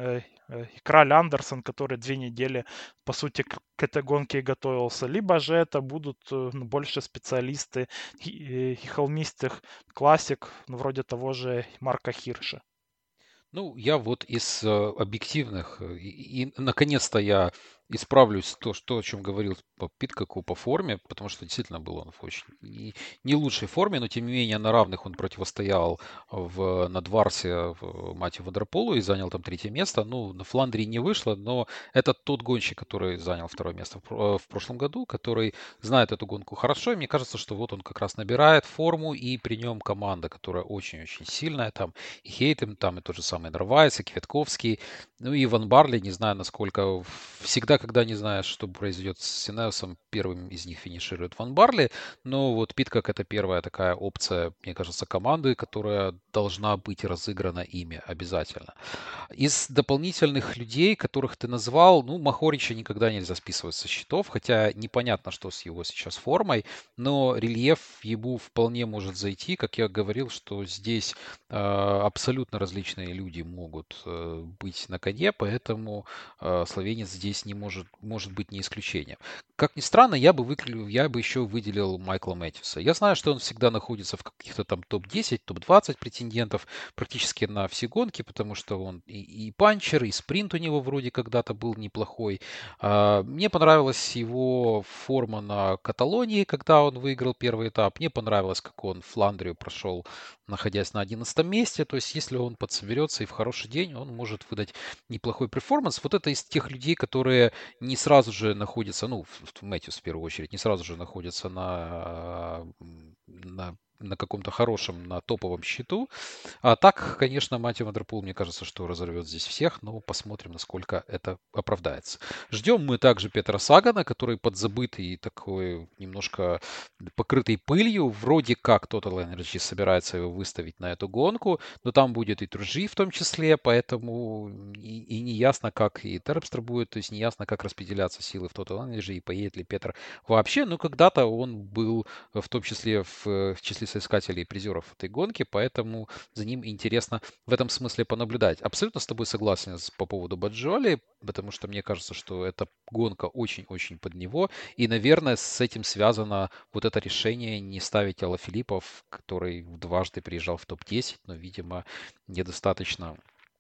Краль Андерсон, который 2 недели, по сути, к этой гонке и готовился? Либо же это будут больше специалисты и холмистых классик, вроде того же Марка Хирша? Ну, я вот из объективных, наконец-то я исправлюсь то, о чем говорил по Питкоку по форме, потому что действительно был он в очень не лучшей форме, но тем не менее на равных он противостоял на Дварсе в Матью Вандерполу и занял там третье место. Ну, на Фландрии не вышло, но это тот гонщик, который занял второе место в прошлом году, который знает эту гонку хорошо, и мне кажется, что вот он как раз набирает форму, и при нем команда, которая очень-очень сильная, там и Хейтем, там и тот же самый Нарвайс, и Кветковский, ну и Ван Барли, не знаю, насколько... Всегда, когда не знаешь, что произойдет с Синеосом, первым из них финиширует Ван Барли, но вот Питкок это первая такая опция, мне кажется, команды, которая должна быть разыграна ими обязательно. Из дополнительных людей, которых ты назвал, ну, Махорича никогда нельзя списывать со счетов, хотя непонятно, что с его сейчас формой, но рельеф ему вполне может зайти. Как я говорил, что здесь абсолютно различные люди могут быть на коне, поэтому словенец здесь не может быть не исключением. Как ни странно, я бы еще выделил Майкла Мэтьюса. Я знаю, что он всегда находится в каких-то там топ-10, топ-20 претендентов практически на все гонки, потому что он и панчер, и спринт у него вроде когда-то был неплохой. Мне понравилась его форма на Каталонии, когда он выиграл первый этап. Мне понравилось, как он Фландрию прошел, находясь на 11 месте. То есть, если он подсоберется и в хороший день, он может выдать неплохой перформанс. Вот это из тех людей, которые не сразу же находятся, ну, Мэтьюс в первую очередь, не сразу же находятся на каком-то хорошем, на топовом счету. А так, конечно, Матью Вандерпул, мне кажется, что разорвет здесь всех, но посмотрим, насколько это оправдается. Ждем мы также Петра Сагана, который подзабытый и такой немножко покрытый пылью. Вроде как Total Energy собирается его выставить на эту гонку, но там будет и Тружи в том числе, поэтому и не ясно, как и Терпстер будет, то есть не ясно, как распределяться силы в Total Energy и поедет ли Петр вообще. Но когда-то он был в том числе в числе соискателей и призеров этой гонки, поэтому за ним интересно в этом смысле понаблюдать. Абсолютно с тобой согласен по поводу Баджоли, потому что мне кажется, что эта гонка очень-очень под него. И, наверное, с этим связано вот это решение не ставить Ала Филиппов, который дважды приезжал в топ-10, но, видимо, недостаточно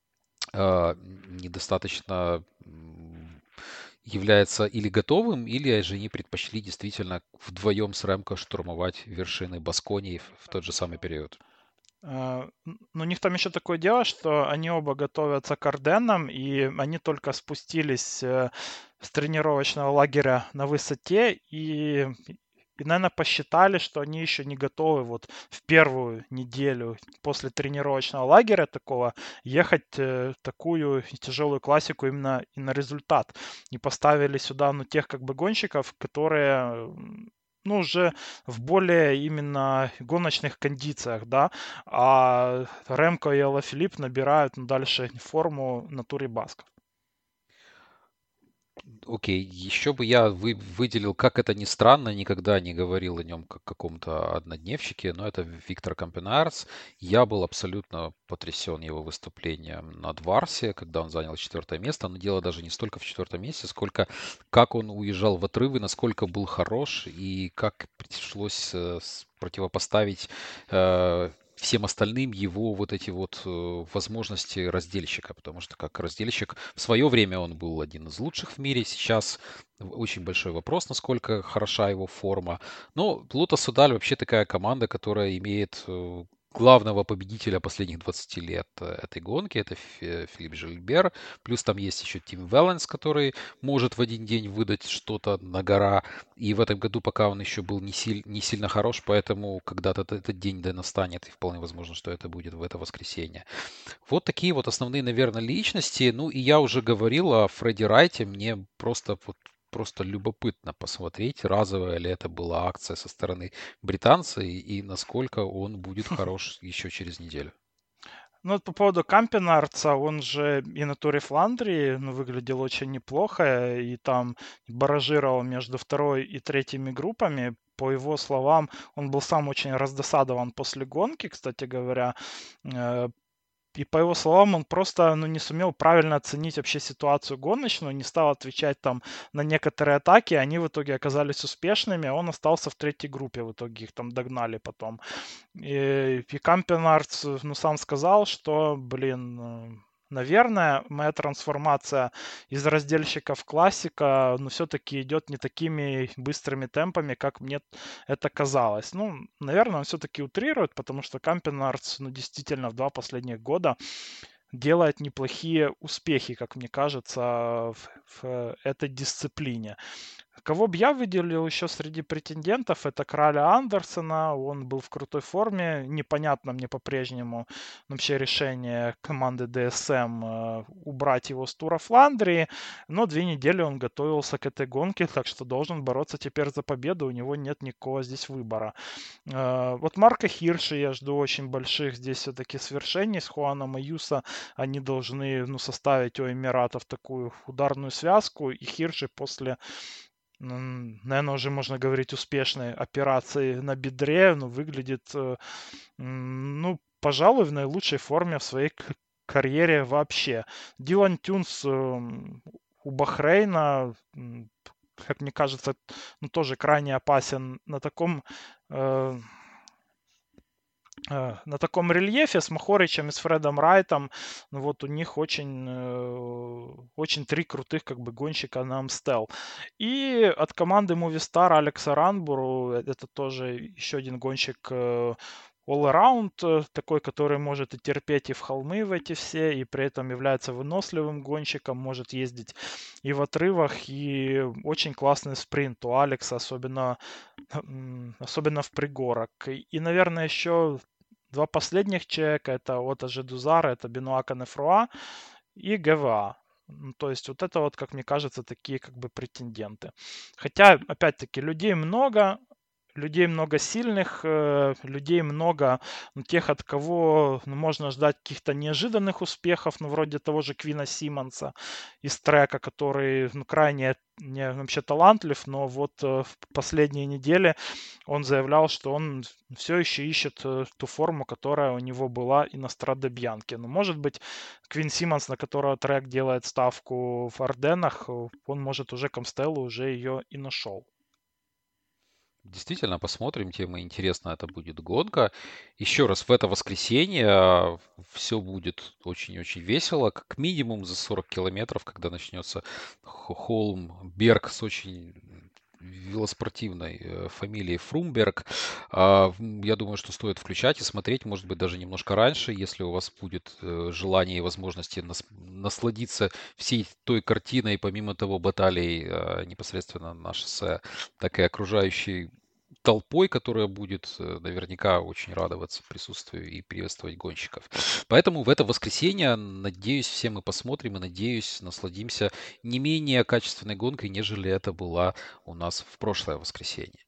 является или готовым, или же они предпочли действительно вдвоем с Ремко штурмовать вершины Басконии в тот же самый период. Но у них там еще такое дело, что они оба готовятся к Арденнам, и они только спустились с тренировочного лагеря на высоте, и, наверное, посчитали, что они еще не готовы вот в первую неделю после тренировочного лагеря такого ехать такую тяжелую классику именно и на результат. И поставили сюда, тех как бы гонщиков, которые уже в более именно гоночных кондициях, да, а Ремко и Алафилипп набирают дальше форму на туре Басков. Окей, еще бы я выделил, как это ни странно, никогда не говорил о нем как о каком-то однодневщике, но это Виктор Кампенарс. Я был абсолютно потрясен его выступлением на Дварсе, когда он занял 4 место. Но дело даже не столько в 4 месте, сколько как он уезжал в отрывы, насколько был хорош и как пришлось противопоставить всем остальным его вот эти вот возможности раздельщика, потому что как раздельщик в свое время он был один из лучших в мире, сейчас очень большой вопрос, насколько хороша его форма. Но Лотос Судаль вообще такая команда, которая имеет главного победителя последних 20 лет этой гонки. Это Филипп Жильбер. Плюс там есть еще Тим Велленс, который может в один день выдать что-то на гора. И в этом году пока он еще был не сильно хорош, поэтому когда-то этот день да настанет, и вполне возможно, что это будет в это воскресенье. Вот такие вот основные, наверное, личности. Ну, и я уже говорил о Фредди Райте. Мне просто любопытно посмотреть, разовая ли это была акция со стороны британца и насколько он будет хорош еще через неделю. Ну, вот по поводу Кампенарца, он же и на туре Фландрии, ну, выглядел очень неплохо, и там баражировал между второй и третьими группами. По его словам, он был сам очень раздосадован после гонки, кстати говоря. Э, И по его словам, он просто, ну, не сумел правильно оценить вообще ситуацию гоночную, не стал отвечать там на некоторые атаки, они в итоге оказались успешными, а он остался в третьей группе, в итоге их там догнали потом. И Кампенарц, ну, сам сказал, что, блин, наверное, моя трансформация из раздельщика в классика, ну, все-таки идет не такими быстрыми темпами, как мне это казалось. Ну, наверное, он все-таки утрирует, потому что Кампенарц, ну, действительно, в 2 последних года делает неплохие успехи, как мне кажется, в этой дисциплине. Кого бы я выделил еще среди претендентов, это Краля Андерсона. Он был в крутой форме. Непонятно мне по-прежнему вообще решение команды ДСМ убрать его с тура Фландрии. Но 2 недели он готовился к этой гонке, так что должен бороться теперь за победу. У него нет никакого здесь выбора. Вот Марка Хирша я жду очень больших здесь все-таки свершений с Хуаном Аюса. Они должны, ну, составить у Эмиратов такую ударную связку. И Хирши после, наверное, уже можно говорить, успешной операции на бедре, ну, выглядит, ну, пожалуй, в наилучшей форме в своей карьере вообще. Дилан Тюнс у Бахрейна, как мне кажется, ну, тоже крайне опасен э, на таком рельефе с Махоричем и с Фредом Райтом. Ну, вот у них очень 3 крутых как бы гонщика на Амстел. И от команды Movistar Алекса Ранбуру, это тоже еще один гонщик all-around, такой, который может и терпеть и в холмы в эти все, и при этом является выносливым гонщиком, может ездить и в отрывах, и очень классный спринт у Алекса, особенно в пригорок. И, наверное, еще 2 последних человека, это Ота Жедузара, это Бенуа Канефруа и ГВА. Ну, то есть вот это вот, как мне кажется, такие как бы претенденты. Хотя, опять-таки, людей много сильных, людей много, ну, тех, от кого, ну, можно ждать каких-то неожиданных успехов, ну, вроде того же Квина Симмонса из трека, который, ну, крайне вообще талантлив, но вот в последние недели он заявлял, что он все еще ищет ту форму, которая у него была и на Страде Бьянке. Ну, может быть, Квин Симмонс, на которого трек делает ставку в Арденнах, он, может, уже Комстеллу уже ее и нашел. Действительно, посмотрим, тем интересна это будет гонка. Еще раз, в это воскресенье все будет очень-очень весело. Как минимум за 40 километров, когда начнется холм Берг с очень велоспортивной фамилией Фрумберг. Я думаю, что стоит включать и смотреть, может быть, даже немножко раньше, если у вас будет желание и возможности насладиться всей той картиной, помимо того, баталий непосредственно на шоссе, так и окружающей толпой, которая будет наверняка очень радоваться присутствию и приветствовать гонщиков. Поэтому в это воскресенье, надеюсь, все мы посмотрим и, надеюсь, насладимся не менее качественной гонкой, нежели это была у нас в прошлое воскресенье.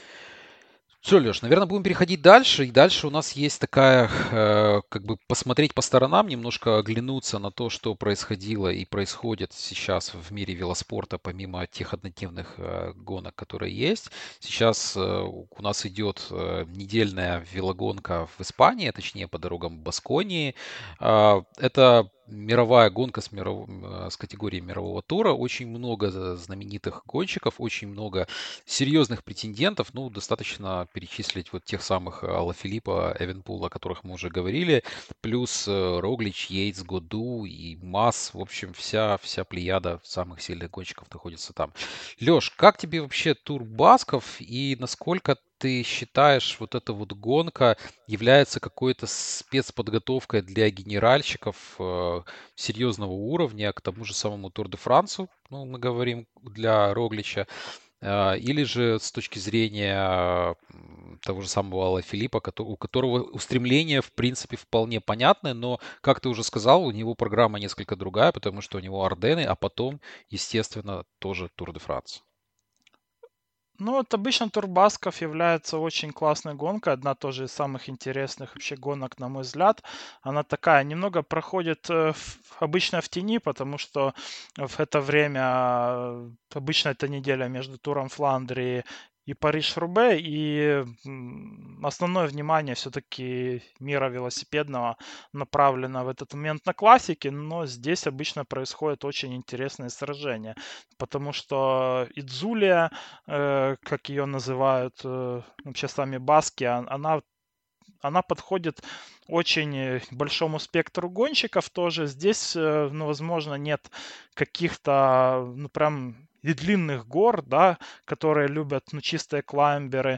Все, Леш, наверное, будем переходить дальше. И дальше у нас есть такая, как бы посмотреть по сторонам, немножко оглянуться на то, что происходило и происходит сейчас в мире велоспорта, помимо тех однодневных гонок, которые есть. Сейчас у нас идет недельная велогонка в Испании, точнее по дорогам Басконии. Это мировая гонка с категорией мирового тура. Очень много знаменитых гонщиков, очень много серьезных претендентов. Ну, достаточно перечислить вот тех самых Алла Филиппа, Эвенпула, о которых мы уже говорили, плюс Роглич, Йейтс, Году и Масс. В общем, вся плеяда самых сильных гонщиков находится там. Леш, как тебе вообще тур Басков и насколько ты считаешь, вот эта вот гонка является какой-то спецподготовкой для генеральщиков серьезного уровня к тому же самому Тур де Франсу, ну, мы говорим для Роглича, или же с точки зрения того же самого Алла Филиппа, у которого устремление, в принципе, вполне понятное, но, как ты уже сказал, у него программа несколько другая, потому что у него Арденны, а потом, естественно, тоже Тур де Франс. Ну, вот обычно Турбасков является очень классной гонкой, одна тоже из самых интересных вообще гонок, на мой взгляд. Она такая, немного проходит обычно в тени, потому что в это время, обычно это неделя между Туром Фландрии и Париж-Roubaix, и основное внимание все-таки мира велосипедного направлено в этот момент на классики, но здесь обычно происходят очень интересные сражения, потому что Идзулия, как ее называют вообще сами баски, она подходит очень большому спектру гонщиков тоже. Здесь, ну, возможно, нет каких-то, ну, прям и длинных гор, да, которые любят, ну, чистые клаймберы,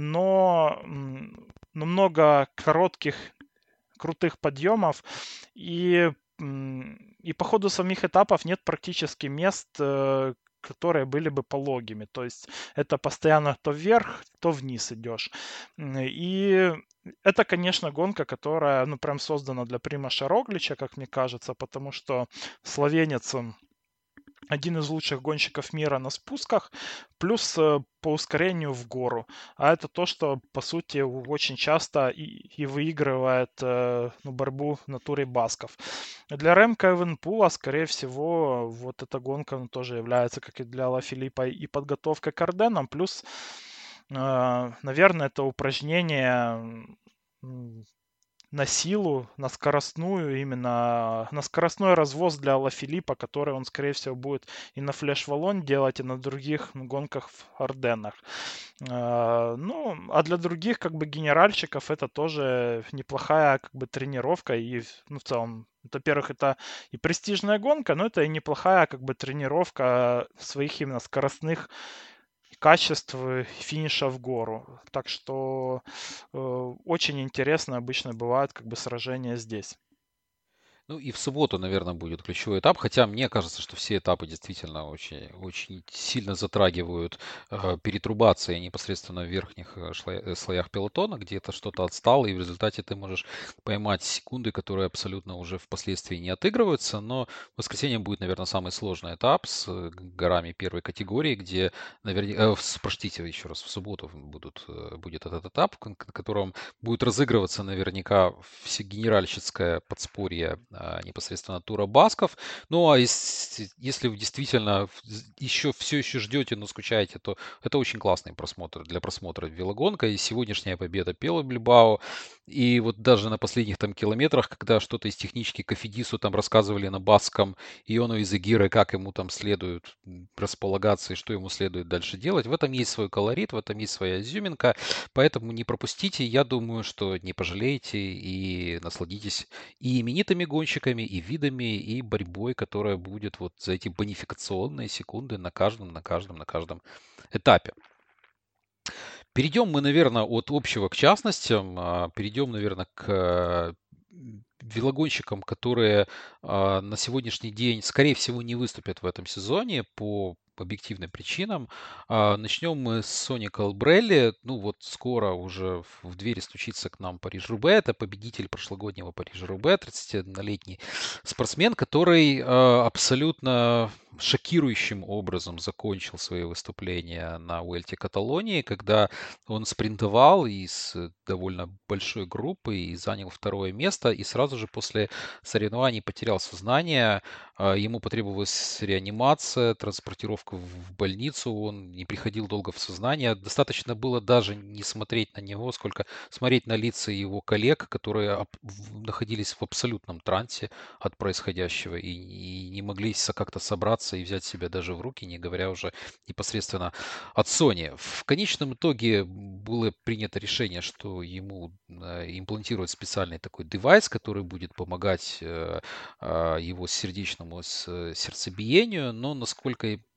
но много коротких крутых подъемов, и по ходу самих этапов нет практически мест, которые были бы пологими. То есть это постоянно то вверх, то вниз идешь. И это, конечно, гонка, которая, ну, прям создана для Примаша Роглича, как мне кажется, потому что словенец, он один из лучших гонщиков мира на спусках, плюс по ускорению в гору. А это то, что, по сути, очень часто и выигрывает ну, борьбу на туре басков. Для Ремка Эвенпула, скорее всего, вот эта гонка, ну, тоже является, как и для Ла Филиппа, и подготовкой к Арденнам, плюс, наверное, это упражнение на силу, на скоростную, именно на скоростной развоз для Ла Филиппа, который он, скорее всего, будет и на Флеш-Валлон делать, и на других гонках в Арденнах. Ну, а для других, как бы, генеральщиков это тоже неплохая, как бы, тренировка, и, ну, в целом, во-первых, это и престижная гонка, но это и неплохая, как бы, тренировка своих именно скоростных качеств финиша в гору. Так что очень интересно обычно бывают, как бы, сражения здесь. Ну и в субботу, наверное, будет ключевой этап, хотя мне кажется, что все этапы действительно очень, очень сильно затрагивают перетрубации непосредственно в верхних слоях пелотона, где-то что-то отстало, и в результате ты можешь поймать секунды, которые абсолютно уже впоследствии не отыгрываются, но в воскресенье будет, наверное, самый сложный этап с горами первой категории, где, наверняка, простите, еще раз, в субботу будет этот этап, в котором будет разыгрываться наверняка все генеральщицкое подспорье непосредственно тура басков. Ну, а если вы действительно все еще ждете, но скучаете, то это очень классный просмотр для просмотра велогонка. И сегодняшняя победа Пело Бильбао. И вот даже на последних там километрах, когда что-то из технички Кофидису там рассказывали на баском, Иону Изагирre, как ему там следует располагаться и что ему следует дальше делать, в этом есть свой колорит, в этом есть своя изюминка. Поэтому не пропустите, я думаю, что не пожалеете и насладитесь и именитыми гонщиками, и видами, и борьбой, которая будет вот за эти бонификационные секунды на каждом этапе. Перейдем мы, наверное, от общего к частностям, перейдем, наверное, к велогонщикам, которые на сегодняшний день, скорее всего, не выступят в этом сезоне по объективным причинам. Начнем мы с Сони Колбрелли. Ну вот скоро уже в двери стучится к нам Париж-Roubaix. Это победитель прошлогоднего Парижа-Roubaix, 31-летний спортсмен, который абсолютно шокирующим образом закончил свои выступления на Уэльте Каталонии, когда он спринтовал и с довольно большой группой и занял второе место, и сразу же после соревнований потерял сознание. Ему потребовалась реанимация, транспортировка в больницу, он не приходил долго в сознание. Достаточно было даже не смотреть на него, сколько смотреть на лица его коллег, которые находились в абсолютном трансе от происходящего и не могли как-то собраться и взять себя даже в руки, не говоря уже непосредственно от Sony. В конечном итоге было принято решение, что ему имплантируют специальный такой девайс, который будет помогать его сердечному сердцебиению, но, насколько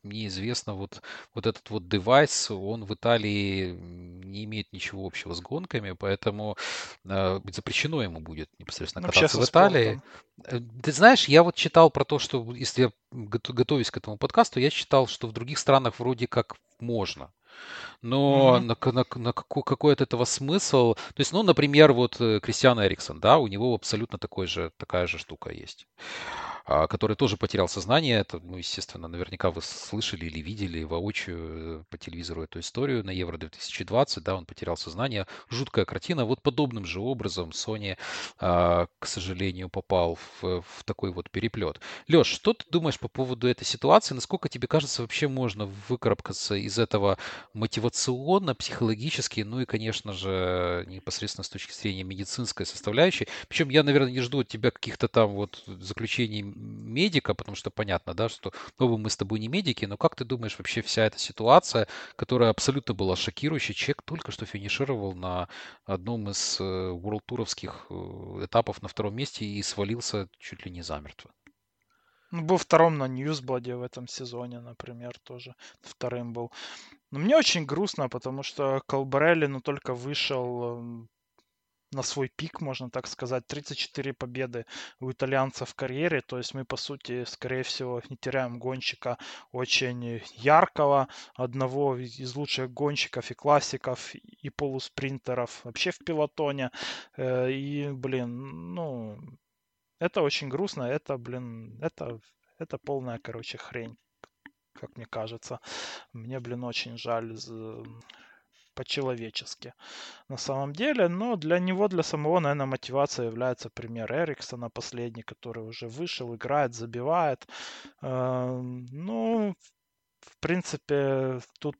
мне известно, вот этот вот девайс, он в Италии не имеет ничего общего с гонками, поэтому запрещено ему будет непосредственно Вообще кататься со в Италии. спортом. Ты знаешь, я вот читал про то, что если я готовясь к этому подкасту, я читал, что в других странах вроде как можно. Но Мгм. на какой от этого смысл? То есть, ну, например, вот Кристиан Эриксон, да, у него абсолютно такая же штука есть, который тоже потерял сознание. Это, ну, естественно, наверняка вы слышали или видели воочию по телевизору эту историю на Евро 2020, да, он потерял сознание. Жуткая картина. Вот подобным же образом Sony, к сожалению, попал в такой вот переплет. Леш, что ты думаешь по поводу этой ситуации? Насколько тебе кажется, вообще можно выкарабкаться из этого мотивационно, психологически, ну и, конечно же, непосредственно с точки зрения медицинской составляющей? Причем я, наверное, не жду от тебя каких-то там вот заключений медика, потому что понятно, да, что мы с тобой не медики, но как ты думаешь, вообще вся эта ситуация, которая абсолютно была шокирующей, человек только что финишировал на одном из World-туровских этапов на втором месте и свалился чуть ли не замертво. Ну, был вторым на Ньюсбладе в этом сезоне, например, тоже вторым был. Но мне очень грустно, потому что Колбарелли, ну, только вышел на свой пик, можно так сказать, 34 победы у итальянца в карьере, то есть мы, по сути, скорее всего, не теряем гонщика очень яркого, одного из лучших гонщиков и классиков, и полуспринтеров вообще в пилотоне, и, блин, ну, это очень грустно, это, блин, это полная, короче, хрень, как мне кажется. Мне, блин, очень жаль по-человечески на самом деле, но для него, для самого, наверное, мотивацией является пример Эриксона последний, который уже вышел, играет, забивает. Ну, в принципе, тут,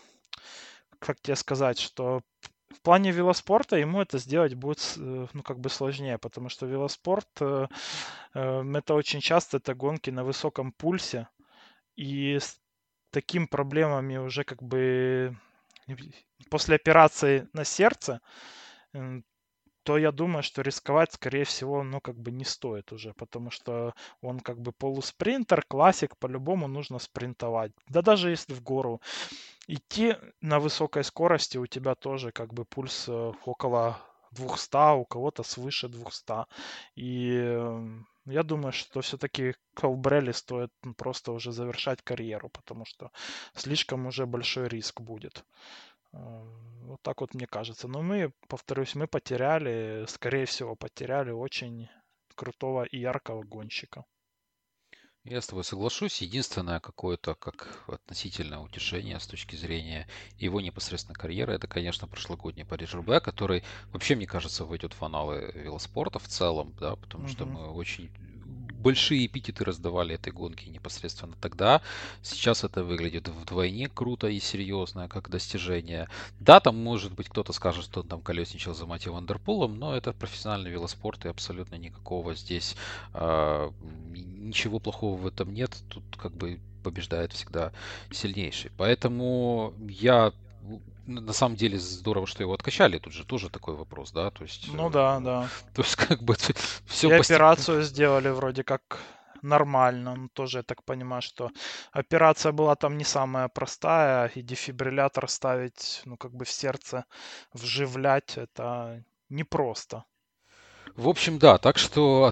как тебе сказать, что в плане велоспорта ему это сделать будет, ну, как бы сложнее, потому что велоспорт, это очень часто это гонки на высоком пульсе, и с такими проблемами уже как бы после операции на сердце, м, то я думаю, что рисковать, скорее всего, ну, как бы не стоит уже, потому что он как бы полуспринтер, классик, по-любому нужно спринтовать. Да даже если в гору идти на высокой скорости, у тебя тоже как бы пульс около 200, у кого-то свыше 200. И я думаю, что все-таки Колбрелли стоит просто уже завершать карьеру, потому что слишком уже большой риск будет. Вот так вот мне кажется. Но мы, повторюсь, мы потеряли, скорее всего, потеряли очень крутого и яркого гонщика. Я с тобой соглашусь. Единственное какое-то как относительное утешение с точки зрения его непосредственно карьеры, это, конечно, прошлогодний Париж-Roubaix, который вообще, мне кажется, войдет в аналы велоспорта в целом, да, потому что Мгм. мы очень большие эпитеты раздавали этой гонке непосредственно тогда. Сейчас это выглядит вдвойне круто и серьезно, как достижение. Да, там, может быть, кто-то скажет, что он там колесничал за Матью Ван дер Пулом, но это профессиональный велоспорт, и абсолютно никакого здесь ничего плохого в этом нет. Тут как бы побеждает всегда сильнейший. Поэтому я на самом деле здорово, что его откачали. Тут же тоже такой вопрос, да, то есть, Ну да, да. то есть как бы И все постепенно. операцию сделали вроде как нормально. Ну, тоже, я так понимаю, что операция была там не самая простая, и дефибриллятор ставить, ну, как бы в сердце вживлять, это непросто. В общем, да, так что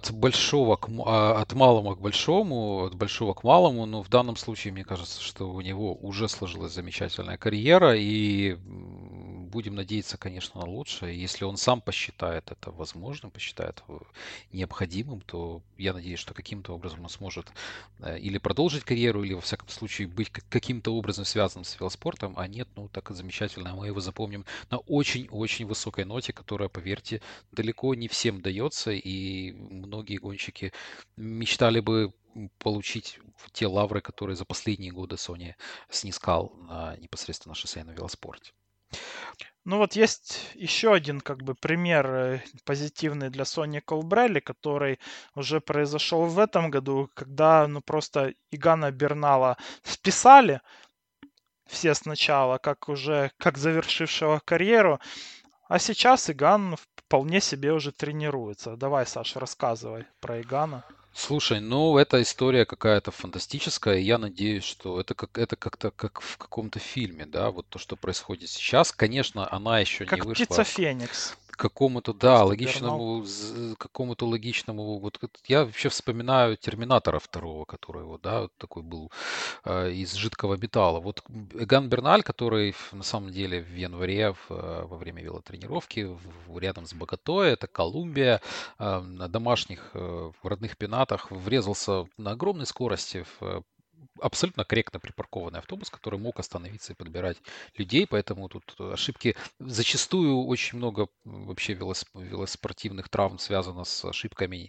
от малого к большому, от большого к малому, но в данном случае, мне кажется, что у него уже сложилась замечательная карьера, и будем надеяться, конечно, на лучшее. Если он сам посчитает это возможным, посчитает необходимым, то я надеюсь, что каким-то образом он сможет или продолжить карьеру, или, во всяком случае, быть каким-то образом связанным с велоспортом, а нет, ну, так замечательно, мы его запомним на очень-очень высокой ноте, которая, поверьте, далеко не всем дается, и многие гонщики мечтали бы получить те лавры, которые за последние годы Sony снискал непосредственно шоссейном велоспорте. Ну вот есть еще один как бы пример позитивный для Sony Colbrelli, который уже произошел в этом году, когда ну просто Игана Бернала списали все сначала, как уже как завершившего карьеру, а сейчас Иган вполне себе уже тренируется. Давай, Саша, рассказывай про Игана. Слушай, ну эта история какая-то фантастическая, и я надеюсь, что это как-то как в каком-то фильме, да, вот то, что происходит сейчас. Конечно, она еще не Как птица вышла Феникс, к какому-то, да, просто Бернал. какому-то логичному. Вот я вообще вспоминаю Терминатора второго, который вот, да, вот такой был из жидкого металла. Вот Эган Берналь, который на самом деле в январе во время велотренировки рядом с Боготой, это Колумбия, на домашних в родных пенатах врезался на огромной скорости в абсолютно корректно припаркованный автобус, который мог остановиться и подбирать людей, поэтому тут ошибки зачастую очень много вообще велоспортивных травм связано с ошибками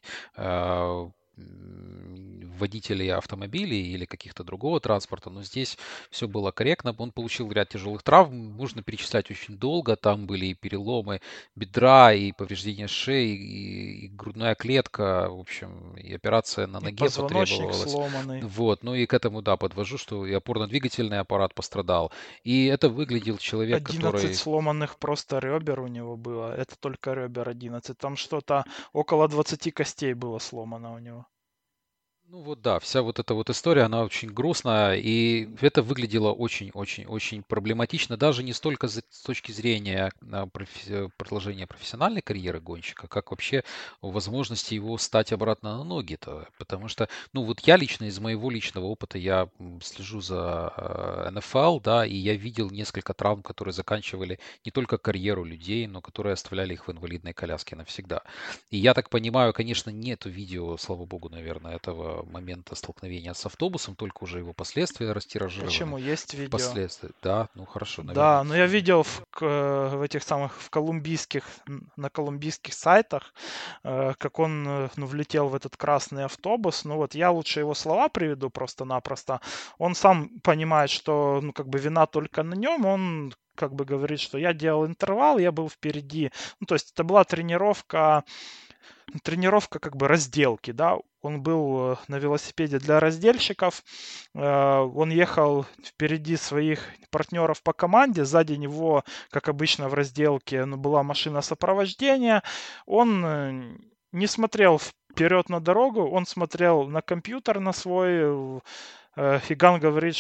водителей автомобилей или каких-то другого транспорта, но здесь все было корректно. Он получил ряд тяжелых травм, можно перечислять очень долго. Там были и переломы бедра, и повреждения шеи, и грудная клетка, в общем, и операция на И ноге позвоночник потребовалась. сломанный. Вот, ну и к этому, да, подвожу, что и опорно-двигательный аппарат пострадал. И это выглядел человек, 11 который. сломанных просто ребер у него было. Это только ребер 11. Там что-то около 20 костей было сломано у него. Ну вот да, вся вот эта вот история, она очень грустная, и это выглядело очень-очень-очень проблематично, даже не столько с точки зрения продолжения профессиональной карьеры гонщика, как вообще возможности его стать обратно на ноги-то. Потому что, ну вот я лично, из моего личного опыта, я слежу за НФЛ, да, и я видел несколько травм, которые заканчивали не только карьеру людей, но которые оставляли их в инвалидной коляске навсегда. И я так понимаю, конечно, нету видео, слава богу, наверное, этого момента столкновения с автобусом, только уже его последствия растиражированы Почему? Есть видео. впоследствии. Да, ну хорошо, наверное. Да, но я видел в этих самых в колумбийских на колумбийских сайтах, как он ну, влетел в этот красный автобус. Ну вот я лучше его слова приведу просто-напросто. Он сам понимает, что ну как бы вина только на нем. Он как бы говорит, что я делал интервал, я был впереди. Ну, то есть это была тренировка как бы разделки, да. Он был на велосипеде для раздельщиков, он ехал впереди своих партнеров по команде, сзади него, как обычно в разделке, ну, была машина сопровождения, он не смотрел вперед на дорогу, он смотрел на компьютер на свой, Фиган говорит,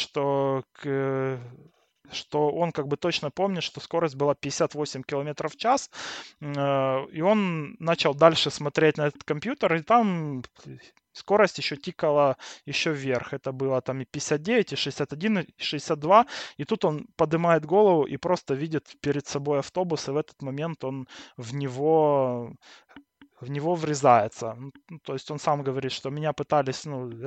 что он как бы точно помнит, что скорость была 58 километров в час, и он начал дальше смотреть на этот компьютер, и там скорость еще тикала еще вверх. Это было там и 59, и 61, и 62. И тут он поднимает голову и просто видит перед собой автобус, и в этот момент он в него в него врезается. Ну, то есть он сам говорит, что меня пытались,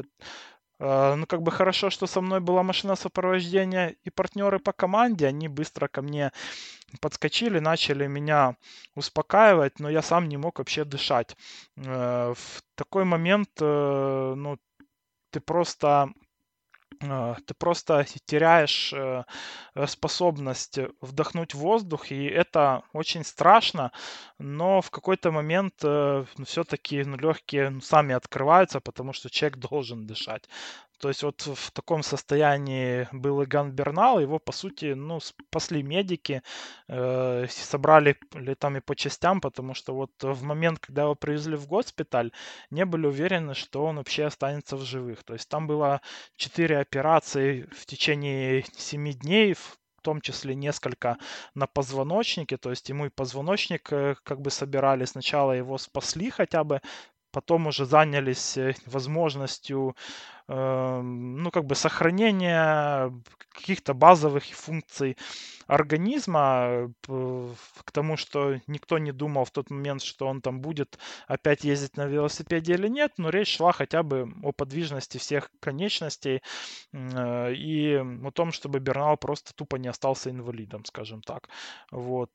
ну, как бы хорошо, что со мной была машина сопровождения и партнеры по команде. Они быстро ко мне подскочили, начали меня успокаивать, но я сам не мог вообще дышать. В такой момент, ну, ты просто ты просто теряешь способность вдохнуть воздух, и это очень страшно, но в какой-то момент все-таки легкие сами открываются, потому что человек должен дышать. То есть вот в таком состоянии был Иган Бернал, его, по сути, ну, спасли медики, собрали там и по частям, потому что вот в момент, когда его привезли в госпиталь, не были уверены, что он вообще останется в живых. То есть там было 4 операции в течение 7 дней, в том числе несколько на позвоночнике, то есть ему и позвоночник как бы собирали. Сначала его спасли хотя бы, потом уже занялись возможностью ну, как бы сохранения каких-то базовых функций организма, к тому, что никто не думал в тот момент, что он там будет опять ездить на велосипеде или нет, но речь шла хотя бы о подвижности всех конечностей и о том, чтобы Бернал просто тупо не остался инвалидом, скажем так. Вот.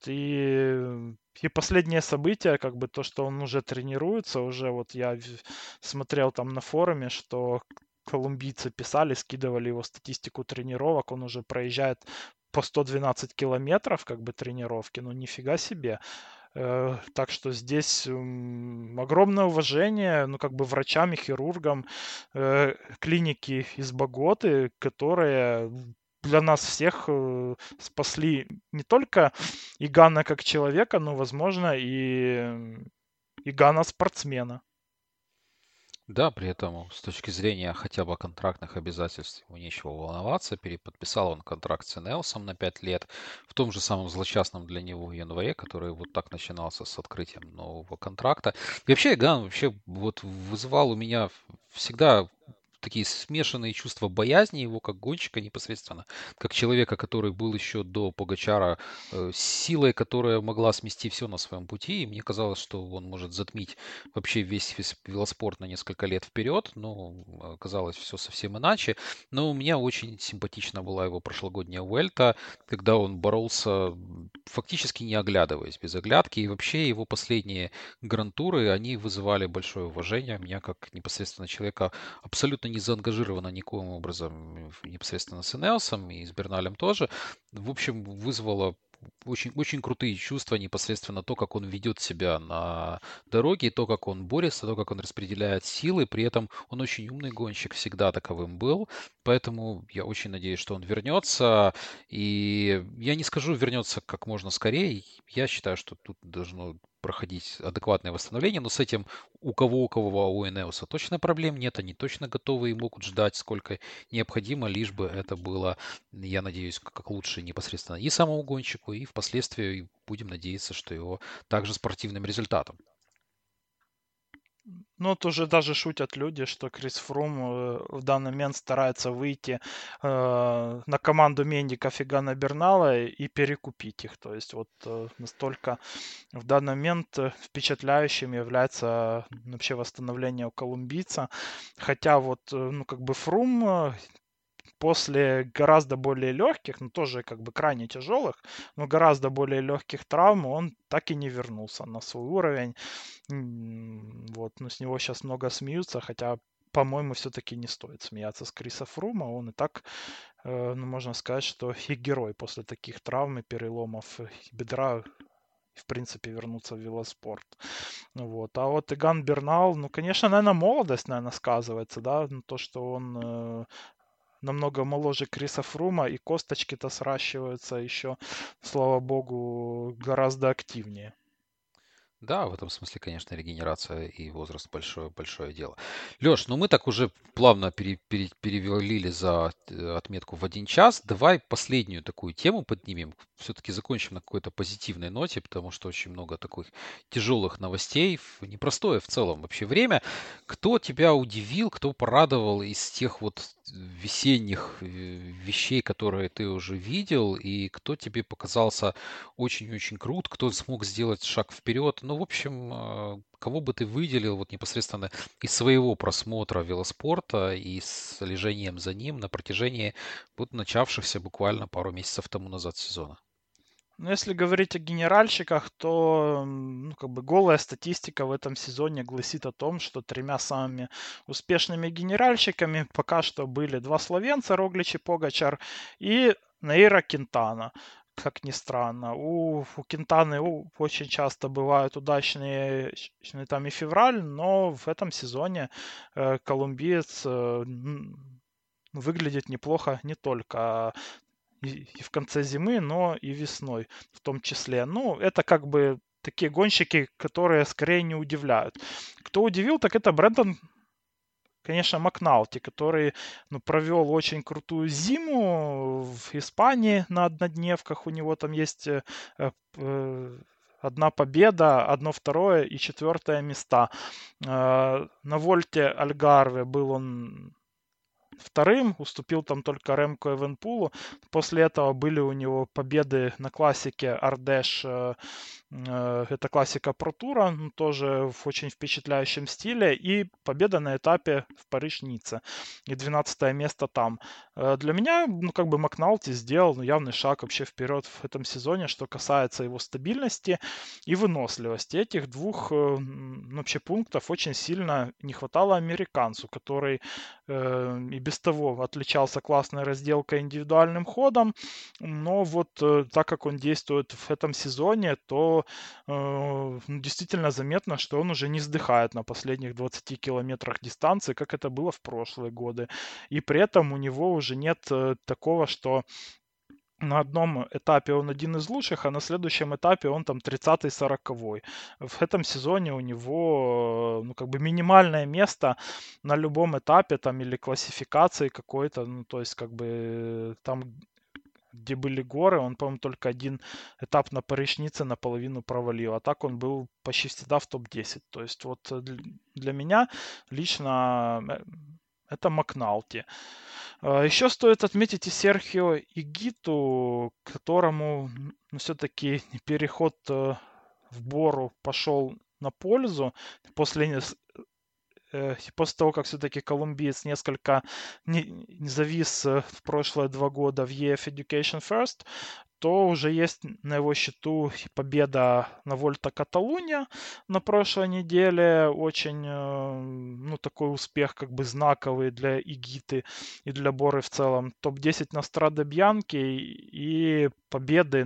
И последнее событие, как бы то, что он уже тренируется, уже вот я смотрел там на форуме, что колумбийцы писали, скидывали его статистику тренировок, он уже проезжает по 112 километров как бы тренировки, ну нифига себе. Так что здесь огромное уважение, ну как бы врачам и хирургам клиники из Боготы, которые для нас всех спасли не только Игана как человека, но, возможно, и Игана спортсмена. Да, при этом с точки зрения хотя бы контрактных обязательств ему нечего волноваться. Переподписал он контракт с Энеосом на 5 лет в том же самом злосчастном для него январе, который вот так начинался с открытием нового контракта. И вообще, Ган вообще вот вызывал у меня всегда такие смешанные чувства боязни его как гонщика непосредственно, как человека, который был еще до Погачара силой, которая могла смести все на своем пути. И мне казалось, что он может затмить вообще весь велоспорт на несколько лет вперед, но оказалось все совсем иначе. Но мне очень симпатична была его прошлогодняя Vuelta, когда он боролся фактически не оглядываясь, без оглядки. И вообще его последние гран-туры, они вызывали большое уважение. Меня как непосредственно человека абсолютно не заангажировано никоим образом непосредственно с Энеосом и с Берналем тоже. В общем, вызвало очень, очень крутые чувства непосредственно то, как он ведет себя на дороге, то, как он борется, то, как он распределяет силы. При этом он очень умный гонщик, всегда таковым был. Поэтому я очень надеюсь, что он вернется. И я не скажу вернется как можно скорее. Я считаю, что тут должно проходить адекватное восстановление, но с этим у кого, у Энеоса точно проблем нет, они точно готовы и могут ждать сколько необходимо, лишь бы это было, я надеюсь, как лучше непосредственно и самому гонщику, и впоследствии будем надеяться, что его также спортивным результатом. Ну, вот уже даже шутят люди, что Крис Фрум в данный момент старается выйти на команду Мендика Фигана Бернала и перекупить их. То есть вот настолько в данный момент впечатляющим является вообще восстановление у колумбийца. Хотя вот, ну, как бы Фрум после гораздо более легких, ну тоже как бы крайне тяжелых, но гораздо более легких травм он так и не вернулся на свой уровень. Вот, но с него сейчас много смеются, хотя, по-моему, все-таки не стоит смеяться с Криса Фрума. Он и так, ну, можно сказать, что и герой после таких травм и переломов бедра в принципе, вернуться в велоспорт. Вот. А вот Иган Бернал, ну, конечно, наверное, молодость, наверное, сказывается, да, то, что он намного моложе Криса Фрума, и косточки-то сращиваются еще, слава богу, гораздо активнее. Да, в этом смысле, конечно, регенерация и возраст большое дело. Леш, ну мы так уже плавно перевалили за отметку в 1 час. Давай последнюю такую тему поднимем. Все-таки закончим на какой-то позитивной ноте, потому что очень много таких тяжелых новостей. Непростое в целом вообще время. Кто тебя удивил, кто порадовал из тех вот весенних вещей, которые ты уже видел, и кто тебе показался очень-очень крут, кто смог сделать шаг вперед. Ну, в общем, кого бы ты выделил вот непосредственно из своего просмотра велоспорта и с лежением за ним на протяжении вот начавшихся буквально пару месяцев тому назад сезона? Но если говорить о генеральщиках, то ну, как бы голая статистика в этом сезоне гласит о том, что тремя самыми успешными генеральщиками пока что были два словенца, Роглич и Погачар, и Наира Кентана. Как ни странно, у Кентаны очень часто бывают удачные там и февраль, но в этом сезоне колумбиец выглядит неплохо не только и в конце зимы, но и весной в том числе. Ну, это как бы такие гонщики, которые скорее не удивляют. Кто удивил, так это Брэндон, конечно, Макналти, который ну, провел очень крутую зиму в Испании на однодневках. У него там есть одна победа, одно второе и четвертое места. На Вольте Альгарве был он вторым, уступил там только Ремко Эвенпулу. После этого были у него победы на классике Ардеш, это классика Протура, тоже в очень впечатляющем стиле, и победа на этапе в Париж-Ницце, и 12 место там. Для меня, ну, как бы Макналти сделал явный шаг вообще вперед в этом сезоне, что касается его стабильности и выносливости. Этих двух вообще пунктов очень сильно не хватало американцу, который и без того отличался классной разделкой индивидуальным ходом, но вот так как он действует в этом сезоне, то действительно заметно, что он уже не сдыхает на последних 20 километрах дистанции, как это было в прошлые годы. И при этом у него уже нет такого, что на одном этапе он один из лучших, а на следующем этапе он там 30-й, 40-й. В этом сезоне у него, ну, как бы минимальное место на любом этапе там или классификации какой-то, ну, то есть как бы там, где были горы, он, по-моему, только один этап на Паришнице наполовину провалил, а так он был почти всегда в топ-10. То есть вот для меня лично это Макналти. Еще стоит отметить и Серхио Игиту, которому все-таки переход в Бору пошел на пользу после того, как все-таки колумбиец несколько не завис в прошлые 2 года в EF Education First, то уже есть на его счету победа на Вольта Каталуния на прошлой неделе. Очень, ну, такой успех как бы знаковый для Игиты и для Боры в целом. Топ-10 на Страде Бьянки и победы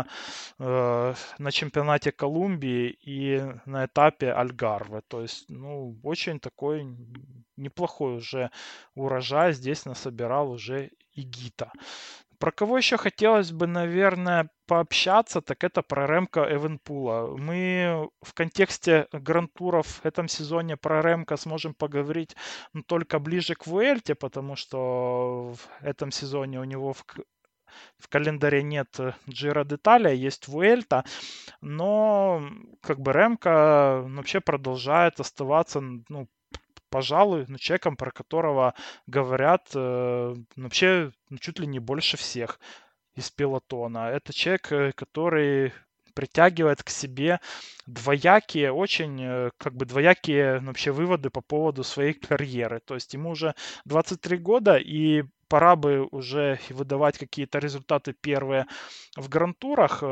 на чемпионате Колумбии и на этапе Альгарве. То есть, ну, очень такой неплохой уже урожай здесь насобирал уже Игита. Про кого еще хотелось бы, наверное, пообщаться, так это про Ремко Эвенпула. Мы в контексте гран-туров в этом сезоне про Ремко сможем поговорить, ну, только ближе к Вуэльте, потому что в этом сезоне у него в календаре нет Джира Деталя, есть Вуэльта, но как бы Ремко вообще продолжает оставаться, ну, пожалуй, ну, человеком, про которого говорят вообще чуть ли не больше всех из пелотона. Это человек, который притягивает к себе двоякие, очень как бы двоякие вообще выводы по поводу своей карьеры. То есть ему уже 23 года, и пора бы уже выдавать какие-то результаты первые в гран-турах.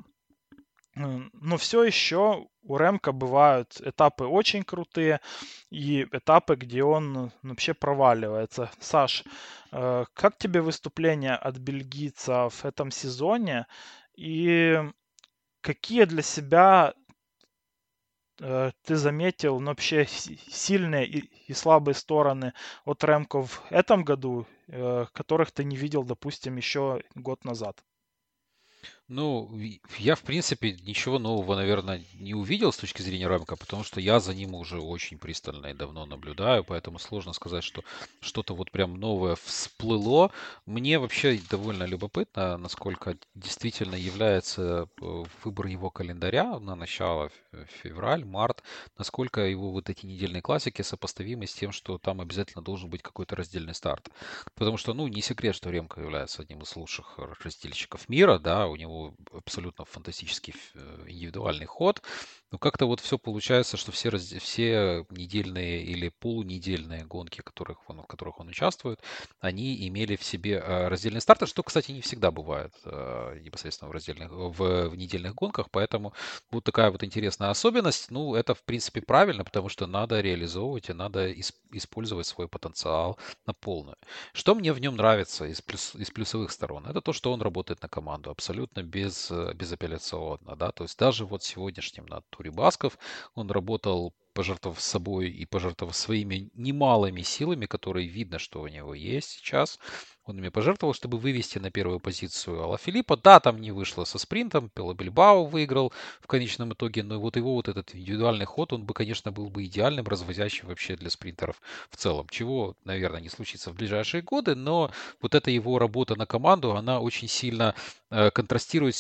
Но все еще у Ремка бывают этапы очень крутые и этапы, где он вообще проваливается. Саш, как тебе выступление от бельгийца в этом сезоне? И какие для себя ты заметил, ну, вообще сильные и слабые стороны от Ремко в этом году, которых ты не видел, допустим, еще год назад? Ну, я, в принципе, ничего нового, наверное, не увидел с точки зрения Рамка, потому что я за ним уже очень пристально и давно наблюдаю, поэтому сложно сказать, что что-то вот прям новое всплыло. Мне вообще довольно любопытно, насколько действительно является выбор его календаря на начало февраль, март, насколько его вот эти недельные классики сопоставимы с тем, что там обязательно должен быть какой-то раздельный старт. Потому что, ну, не секрет, что Ремко является одним из лучших разделщиков мира, да, у него абсолютно фантастический индивидуальный ход, но как-то вот все получается, что все недельные или полунедельные гонки, в которых он участвует, они имели в себе раздельные старты, что, кстати, не всегда бывает непосредственно в недельных гонках, поэтому вот такая вот интересная особенность. Ну, это, в принципе, правильно, потому что надо реализовывать и надо использовать свой потенциал на полную. Что мне в нем нравится из плюсовых сторон? Это то, что он работает на команду абсолютно безапелляционно, да, то есть даже вот сегодняшним на туре Басков он работал, пожертвовав собой и пожертвовав своими немалыми силами, которые видно, что у него есть сейчас. Он ими пожертвовал, чтобы вывести на первую позицию Алафилиппа. Да, там не вышло со спринтом, Пело Бильбао выиграл в конечном итоге, но вот его вот этот индивидуальный ход, он бы, конечно, был бы идеальным, развозящим вообще для спринтеров в целом, чего, наверное, не случится в ближайшие годы, но вот эта его работа на команду, она очень сильно контрастирует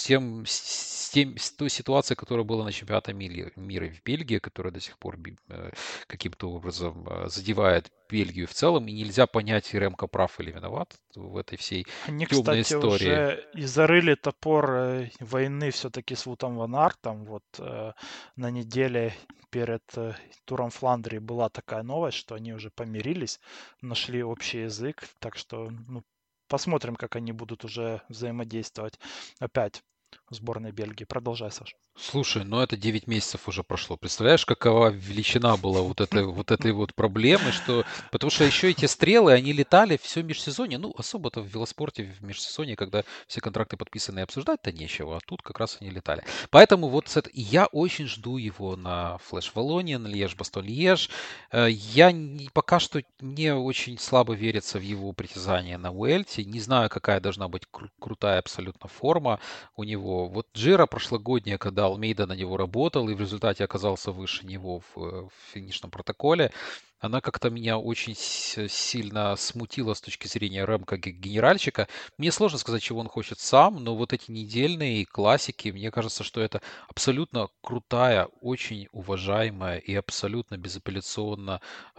с той ситуацией, которая была на чемпионате мира в Бельгии, которая до сих пор каким-то образом задевает Бельгию в целом, и нельзя понять, Ремко прав или виноват в этой всей Они, темной кстати, истории. уже и зарыли топор войны все-таки с Вутом Ван Артом. Вот на неделе перед туром Фландрии была такая новость, что они уже помирились, нашли общий язык. Так что, ну, посмотрим, как они будут уже взаимодействовать опять. сборной Бельгии. Продолжай, Саша. Слушай, ну это 9 месяцев уже прошло. Представляешь, какова величина была вот этой вот проблемы, что... Потому что еще эти стрелы, они летали все межсезонье. Ну, особо-то в велоспорте в межсезонье, когда все контракты подписаны и обсуждать-то нечего, а тут как раз они летали. Поэтому вот и я очень жду его на Флэш Валлония, на Льеж-Бастон-Льеж. Пока что мне очень слабо верится в его притязание на Уэльте. Не знаю, какая должна быть крутая абсолютно форма у него. Вот Джира прошлогодняя, когда Алмейда на него работал и в результате оказался выше него в финишном протоколе, она как-то меня очень сильно смутила с точки зрения Ремка генеральщика. Мне сложно сказать, чего он хочет сам, но вот эти недельные классики, мне кажется, что это абсолютно крутая, очень уважаемая и абсолютно безапелляционно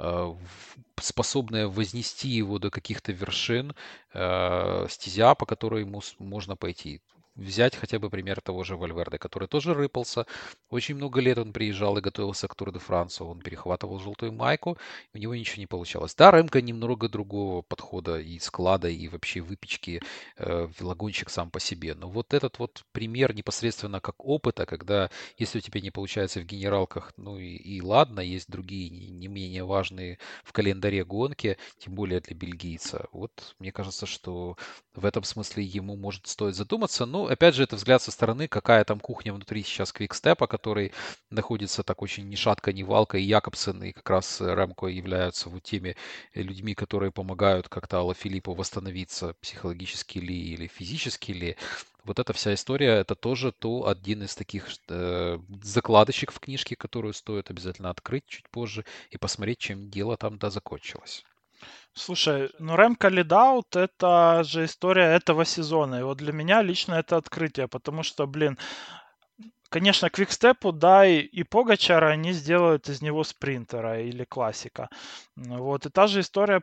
способная вознести его до каких-то вершин стезя, по которой ему можно пойти. Взять хотя бы пример того же Вальверде, который тоже рыпался. Очень много лет он приезжал и готовился к Тур де Франсу. Он перехватывал желтую майку, у него ничего не получалось. Да, Ремко немного другого подхода и склада, и вообще выпечки, велогонщик сам по себе. Но вот этот вот пример непосредственно как опыта, когда если у тебя не получается в генералках, ну и ладно, есть другие не менее важные в календаре гонки, тем более для бельгийца. Вот мне кажется, что в этом смысле ему может стоит задуматься. Но, опять же, это взгляд со стороны, какая там кухня внутри сейчас Квикстепа, который находится так очень ни шатка, ни валка, и Якобсен, и как раз Ремко являются вот теми людьми, которые помогают как-то Алафилиппу восстановиться психологически ли или физически ли. Вот эта вся история, это тоже один из таких закладочек в книжке, которую стоит обязательно открыть чуть позже и посмотреть, чем дело там закончилось. Слушай, ну Ремко Лидаут — это же история этого сезона. И вот для меня лично это открытие, потому что, блин, конечно, Квикстепу, да, и Погачара, они сделают из него спринтера или классика. Вот, и та же история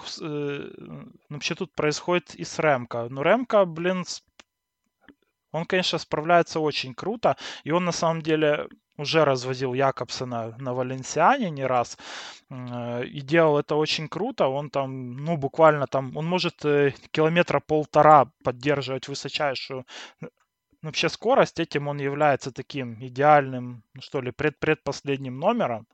вообще тут происходит и с Ремко. Но Ремко, блин, он, конечно, справляется очень круто, и он на самом деле уже развозил Якобсена на Валенсиане не раз, и делал это очень круто. Он там, ну, буквально там, он может километра полтора поддерживать высочайшую вообще скорость. Этим он является таким идеальным, ну, что ли, предпоследним номером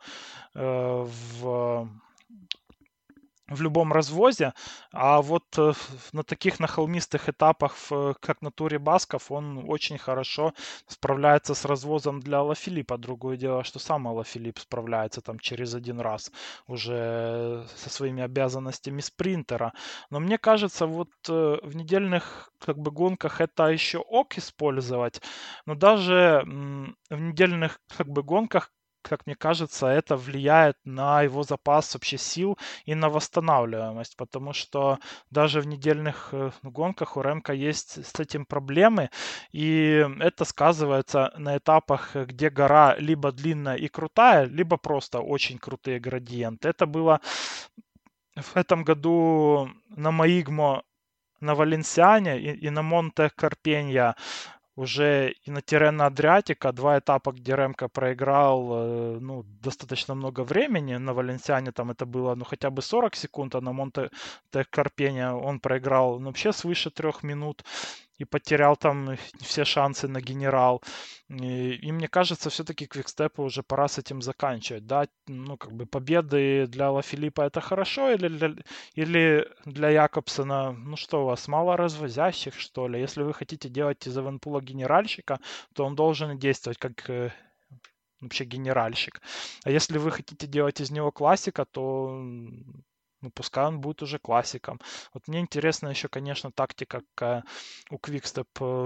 в любом развозе, а вот на холмистых этапах, как на Туре Басков, он очень хорошо справляется с развозом для Алафилиппа. Другое дело, что сам Алафилипп справляется там через один раз уже со своими обязанностями спринтера. Но мне кажется, вот в недельных как бы гонках это еще ок использовать, но даже в недельных как бы гонках, как мне кажется, это влияет на его запас вообще сил и на восстанавливаемость, потому что даже в недельных гонках у Ремка есть с этим проблемы, и это сказывается на этапах, где гора либо длинная и крутая, либо просто очень крутые градиенты. Это было в этом году на Маигмо, на Валенсиане и на Монте Карпенья, уже и на Тиррено Адриатика, два этапа, где Ремко проиграл ну, достаточно много времени. На Валенсиане там это было ну, хотя бы 40 секунд, а на Монте Карпене он проиграл ну, вообще свыше 3 минут и потерял там все шансы на генерал. И мне кажется, все-таки Квикстепу уже пора с этим заканчивать. Да? Ну, как бы победы для Лафилиппа это хорошо, или для Якобсена, ну что у вас, мало развозящих, что ли? Если вы хотите делать из Эвенпула генеральщика, то он должен действовать как вообще генеральщик. А если вы хотите делать из него классика, то ну, пускай он будет уже классиком. Вот мне интересна еще, конечно, тактика, какая у Квикстеп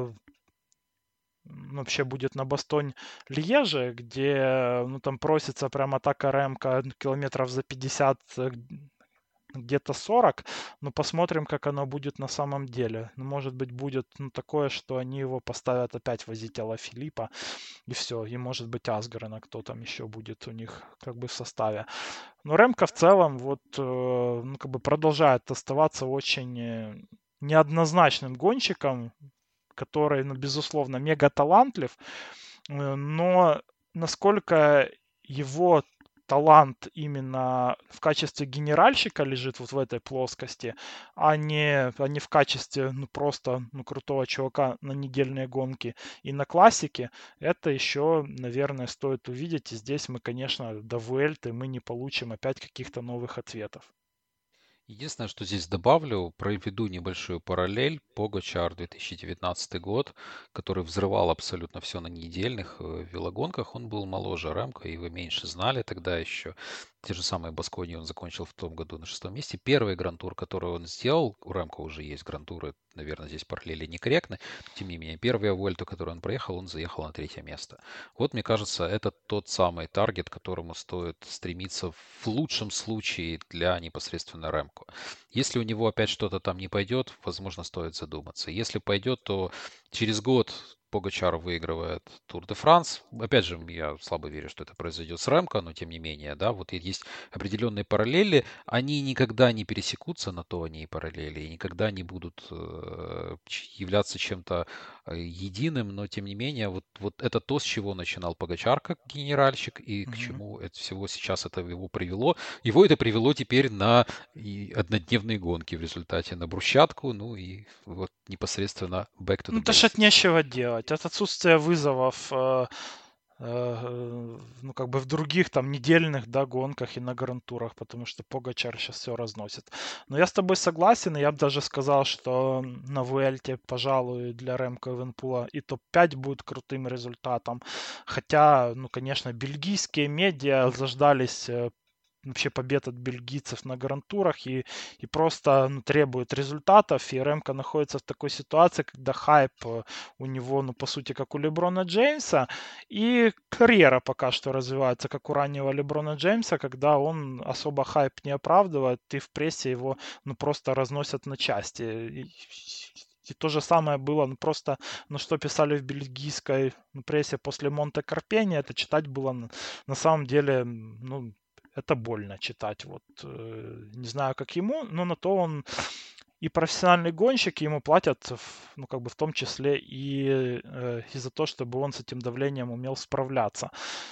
вообще будет на Бастонь-Льеже, где ну, там просится прям атака Ремка километров за 50, где-то 40, но посмотрим, как оно будет на самом деле. Ну, может быть, будет ну, такое, что они его поставят опять возить Алафилиппа, и все, и может быть Асгрена, кто там еще будет у них как бы в составе. Но Ремко в целом вот ну, как бы продолжает оставаться очень неоднозначным гонщиком, который, ну, безусловно, мега талантлив, но насколько его талант именно в качестве генеральщика лежит вот в этой плоскости, а не в качестве просто крутого чувака на недельные гонки и на классике, это еще, наверное, стоит увидеть. И здесь мы, конечно, до Vuelты мы не получим опять каких-то новых ответов. Единственное, что здесь добавлю, проведу небольшую параллель. Погачар 2019 год, который взрывал абсолютно все на недельных велогонках, он был моложе Ремко, и вы меньше знали тогда еще. Те же самые Баскони он закончил в том году на шестом месте. Первый гран-тур, который он сделал, у Ремко уже есть гран-туры, наверное, здесь параллели некорректны, но тем не менее, первую Вуэльту, которую он проехал, он заехал на третье место. Вот, мне кажется, это тот самый таргет, к которому стоит стремиться в лучшем случае для непосредственно Ремко. Если у него опять что-то там не пойдет, возможно, стоит задуматься. Если пойдет, то через год Погачар выигрывает Тур де Франс. Опять же, я слабо верю, что это произойдет с Ремко, но тем не менее, да, вот есть определенные параллели. Они никогда не пересекутся, на то они и параллели, и никогда не будут являться чем-то единым, но тем не менее, вот это то, с чего начинал Погачар как генеральщик, и к Мгм. чему это всего сейчас это его привело. Его это привело теперь на однодневные гонки в результате, на брусчатку, ну и вот непосредственно back to Ну, the это ж от basics. нечего делать. От отсутствия вызовов, ну, как бы в других там недельных, да, гонках и на гран-турах, потому что Погачар сейчас все разносит. Но я с тобой согласен, и я бы даже сказал, что на Vuelте, пожалуй, для Ремко Эвенпула и топ-5 будет крутым результатом. Хотя, ну, конечно, бельгийские медиа заждались вообще побед от бельгийцев на гран-турах и просто требует результатов. И Ремко находится в такой ситуации, когда хайп у него, ну, по сути, как у Леброна Джеймса, и карьера пока что развивается, как у раннего Леброна Джеймса, когда он особо хайп не оправдывает, и в прессе его, ну, просто разносят на части. И то же самое было, ну, просто, ну, что писали в бельгийской прессе после Монте-Карпени, это читать было на самом деле, ну, это больно читать. Вот, не знаю, как ему, но на то он и профессиональный гонщик, и ему платят, ну, как бы в том числе и за то, чтобы он с этим давлением умел справляться.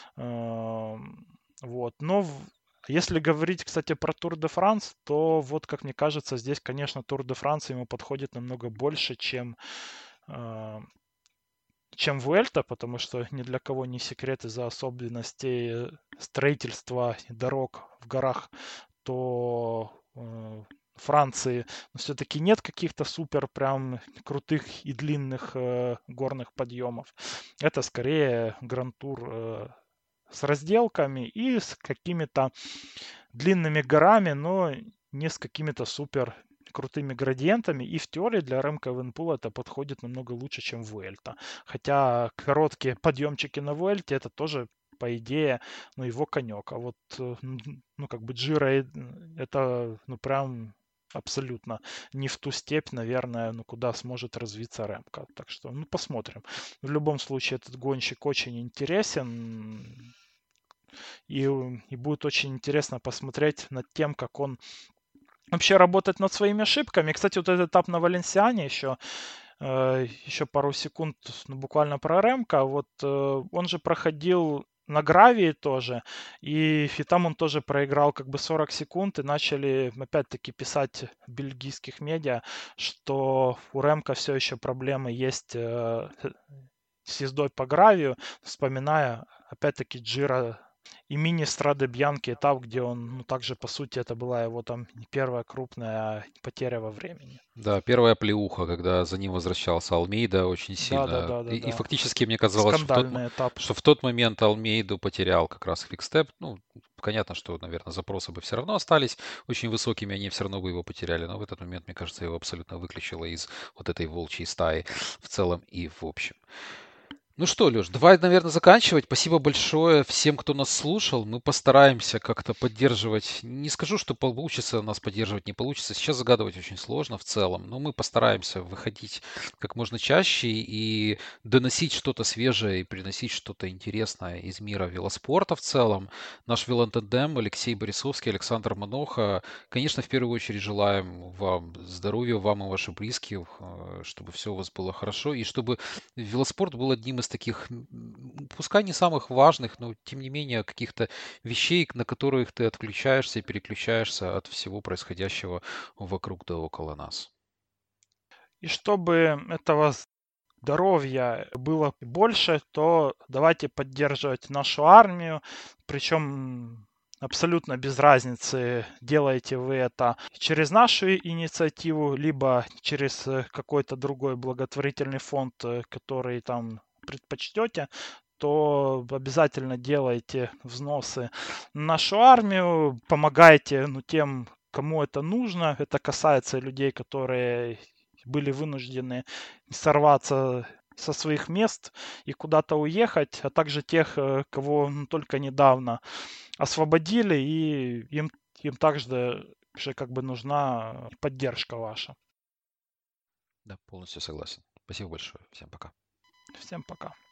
Вот. Но если говорить, кстати, про Тур де Франс, то вот, как мне кажется, здесь, конечно, Тур де Франс ему подходит намного больше, э, чем Vuelta, потому что ни для кого не секрет из-за особенностей строительства дорог в горах, то Франции все-таки нет каких-то супер прям крутых и длинных горных подъемов. Это скорее гран-тур с разделками и с какими-то длинными горами, но не с какими-то супер крутыми градиентами. И в теории для Ремко Эвенпула это подходит намного лучше, чем Vuelta. Хотя короткие подъемчики на Vuelta это тоже по идее, ну, его конек. А вот, ну, как бы Джира это, ну, прям абсолютно не в ту степь, наверное, ну, куда сможет развиться Ремко. Так что, ну, посмотрим. В любом случае, этот гонщик очень интересен. И будет очень интересно посмотреть над тем, как он вообще работает над своими ошибками. Кстати, вот этот этап на Валенсиане еще пару секунд, ну, буквально про Ремко. Вот он же проходил на гравии тоже, и там он тоже проиграл как бы 40 секунд, и начали опять-таки писать в бельгийских медиа, что у Ремко все еще проблемы есть с ездой по гравию, вспоминая опять-таки Джиро и мини Страде Бьянки этап, где он, ну, также, по сути, это была его там не первая крупная потеря во времени. Да, первая плеуха, когда за ним возвращался Алмейда, очень Да, да, сильно. да, да, И да. фактически мне казалось, Скандальный этап. что в тот момент Алмейду потерял как раз Квикстеп. Ну, понятно, что, наверное, запросы бы все равно остались очень высокими, они все равно бы его потеряли. Но в этот момент, мне кажется, его абсолютно выключило из вот этой волчьей стаи в целом и в общем. Ну что, Леш, давай, наверное, заканчивать. Спасибо большое всем, кто нас слушал. Мы постараемся как-то поддерживать. Не скажу, что получится нас поддерживать, не получится. Сейчас загадывать очень сложно в целом, но мы постараемся выходить как можно чаще и доносить что-то свежее и приносить что-то интересное из мира велоспорта в целом. Наш велотандем Алексей Борисовский, Александр Маноха. Конечно, в первую очередь желаем вам здоровья, вам и вашим близким, чтобы все у вас было хорошо и чтобы велоспорт был одним из из таких, пускай не самых важных, но тем не менее каких-то вещей, на которых ты отключаешься и переключаешься от всего происходящего вокруг да около нас. И чтобы этого здоровья было больше, то давайте поддерживать нашу армию, причем абсолютно без разницы, делаете вы это через нашу инициативу, либо через какой-то другой благотворительный фонд, который там предпочтете, то обязательно делайте взносы в нашу армию, помогайте тем, кому это нужно. Это касается людей, которые были вынуждены сорваться со своих мест и куда-то уехать, а также тех, кого только недавно освободили, и им также как бы нужна поддержка ваша. Да, полностью согласен. Спасибо большое. Всем пока. Всем пока.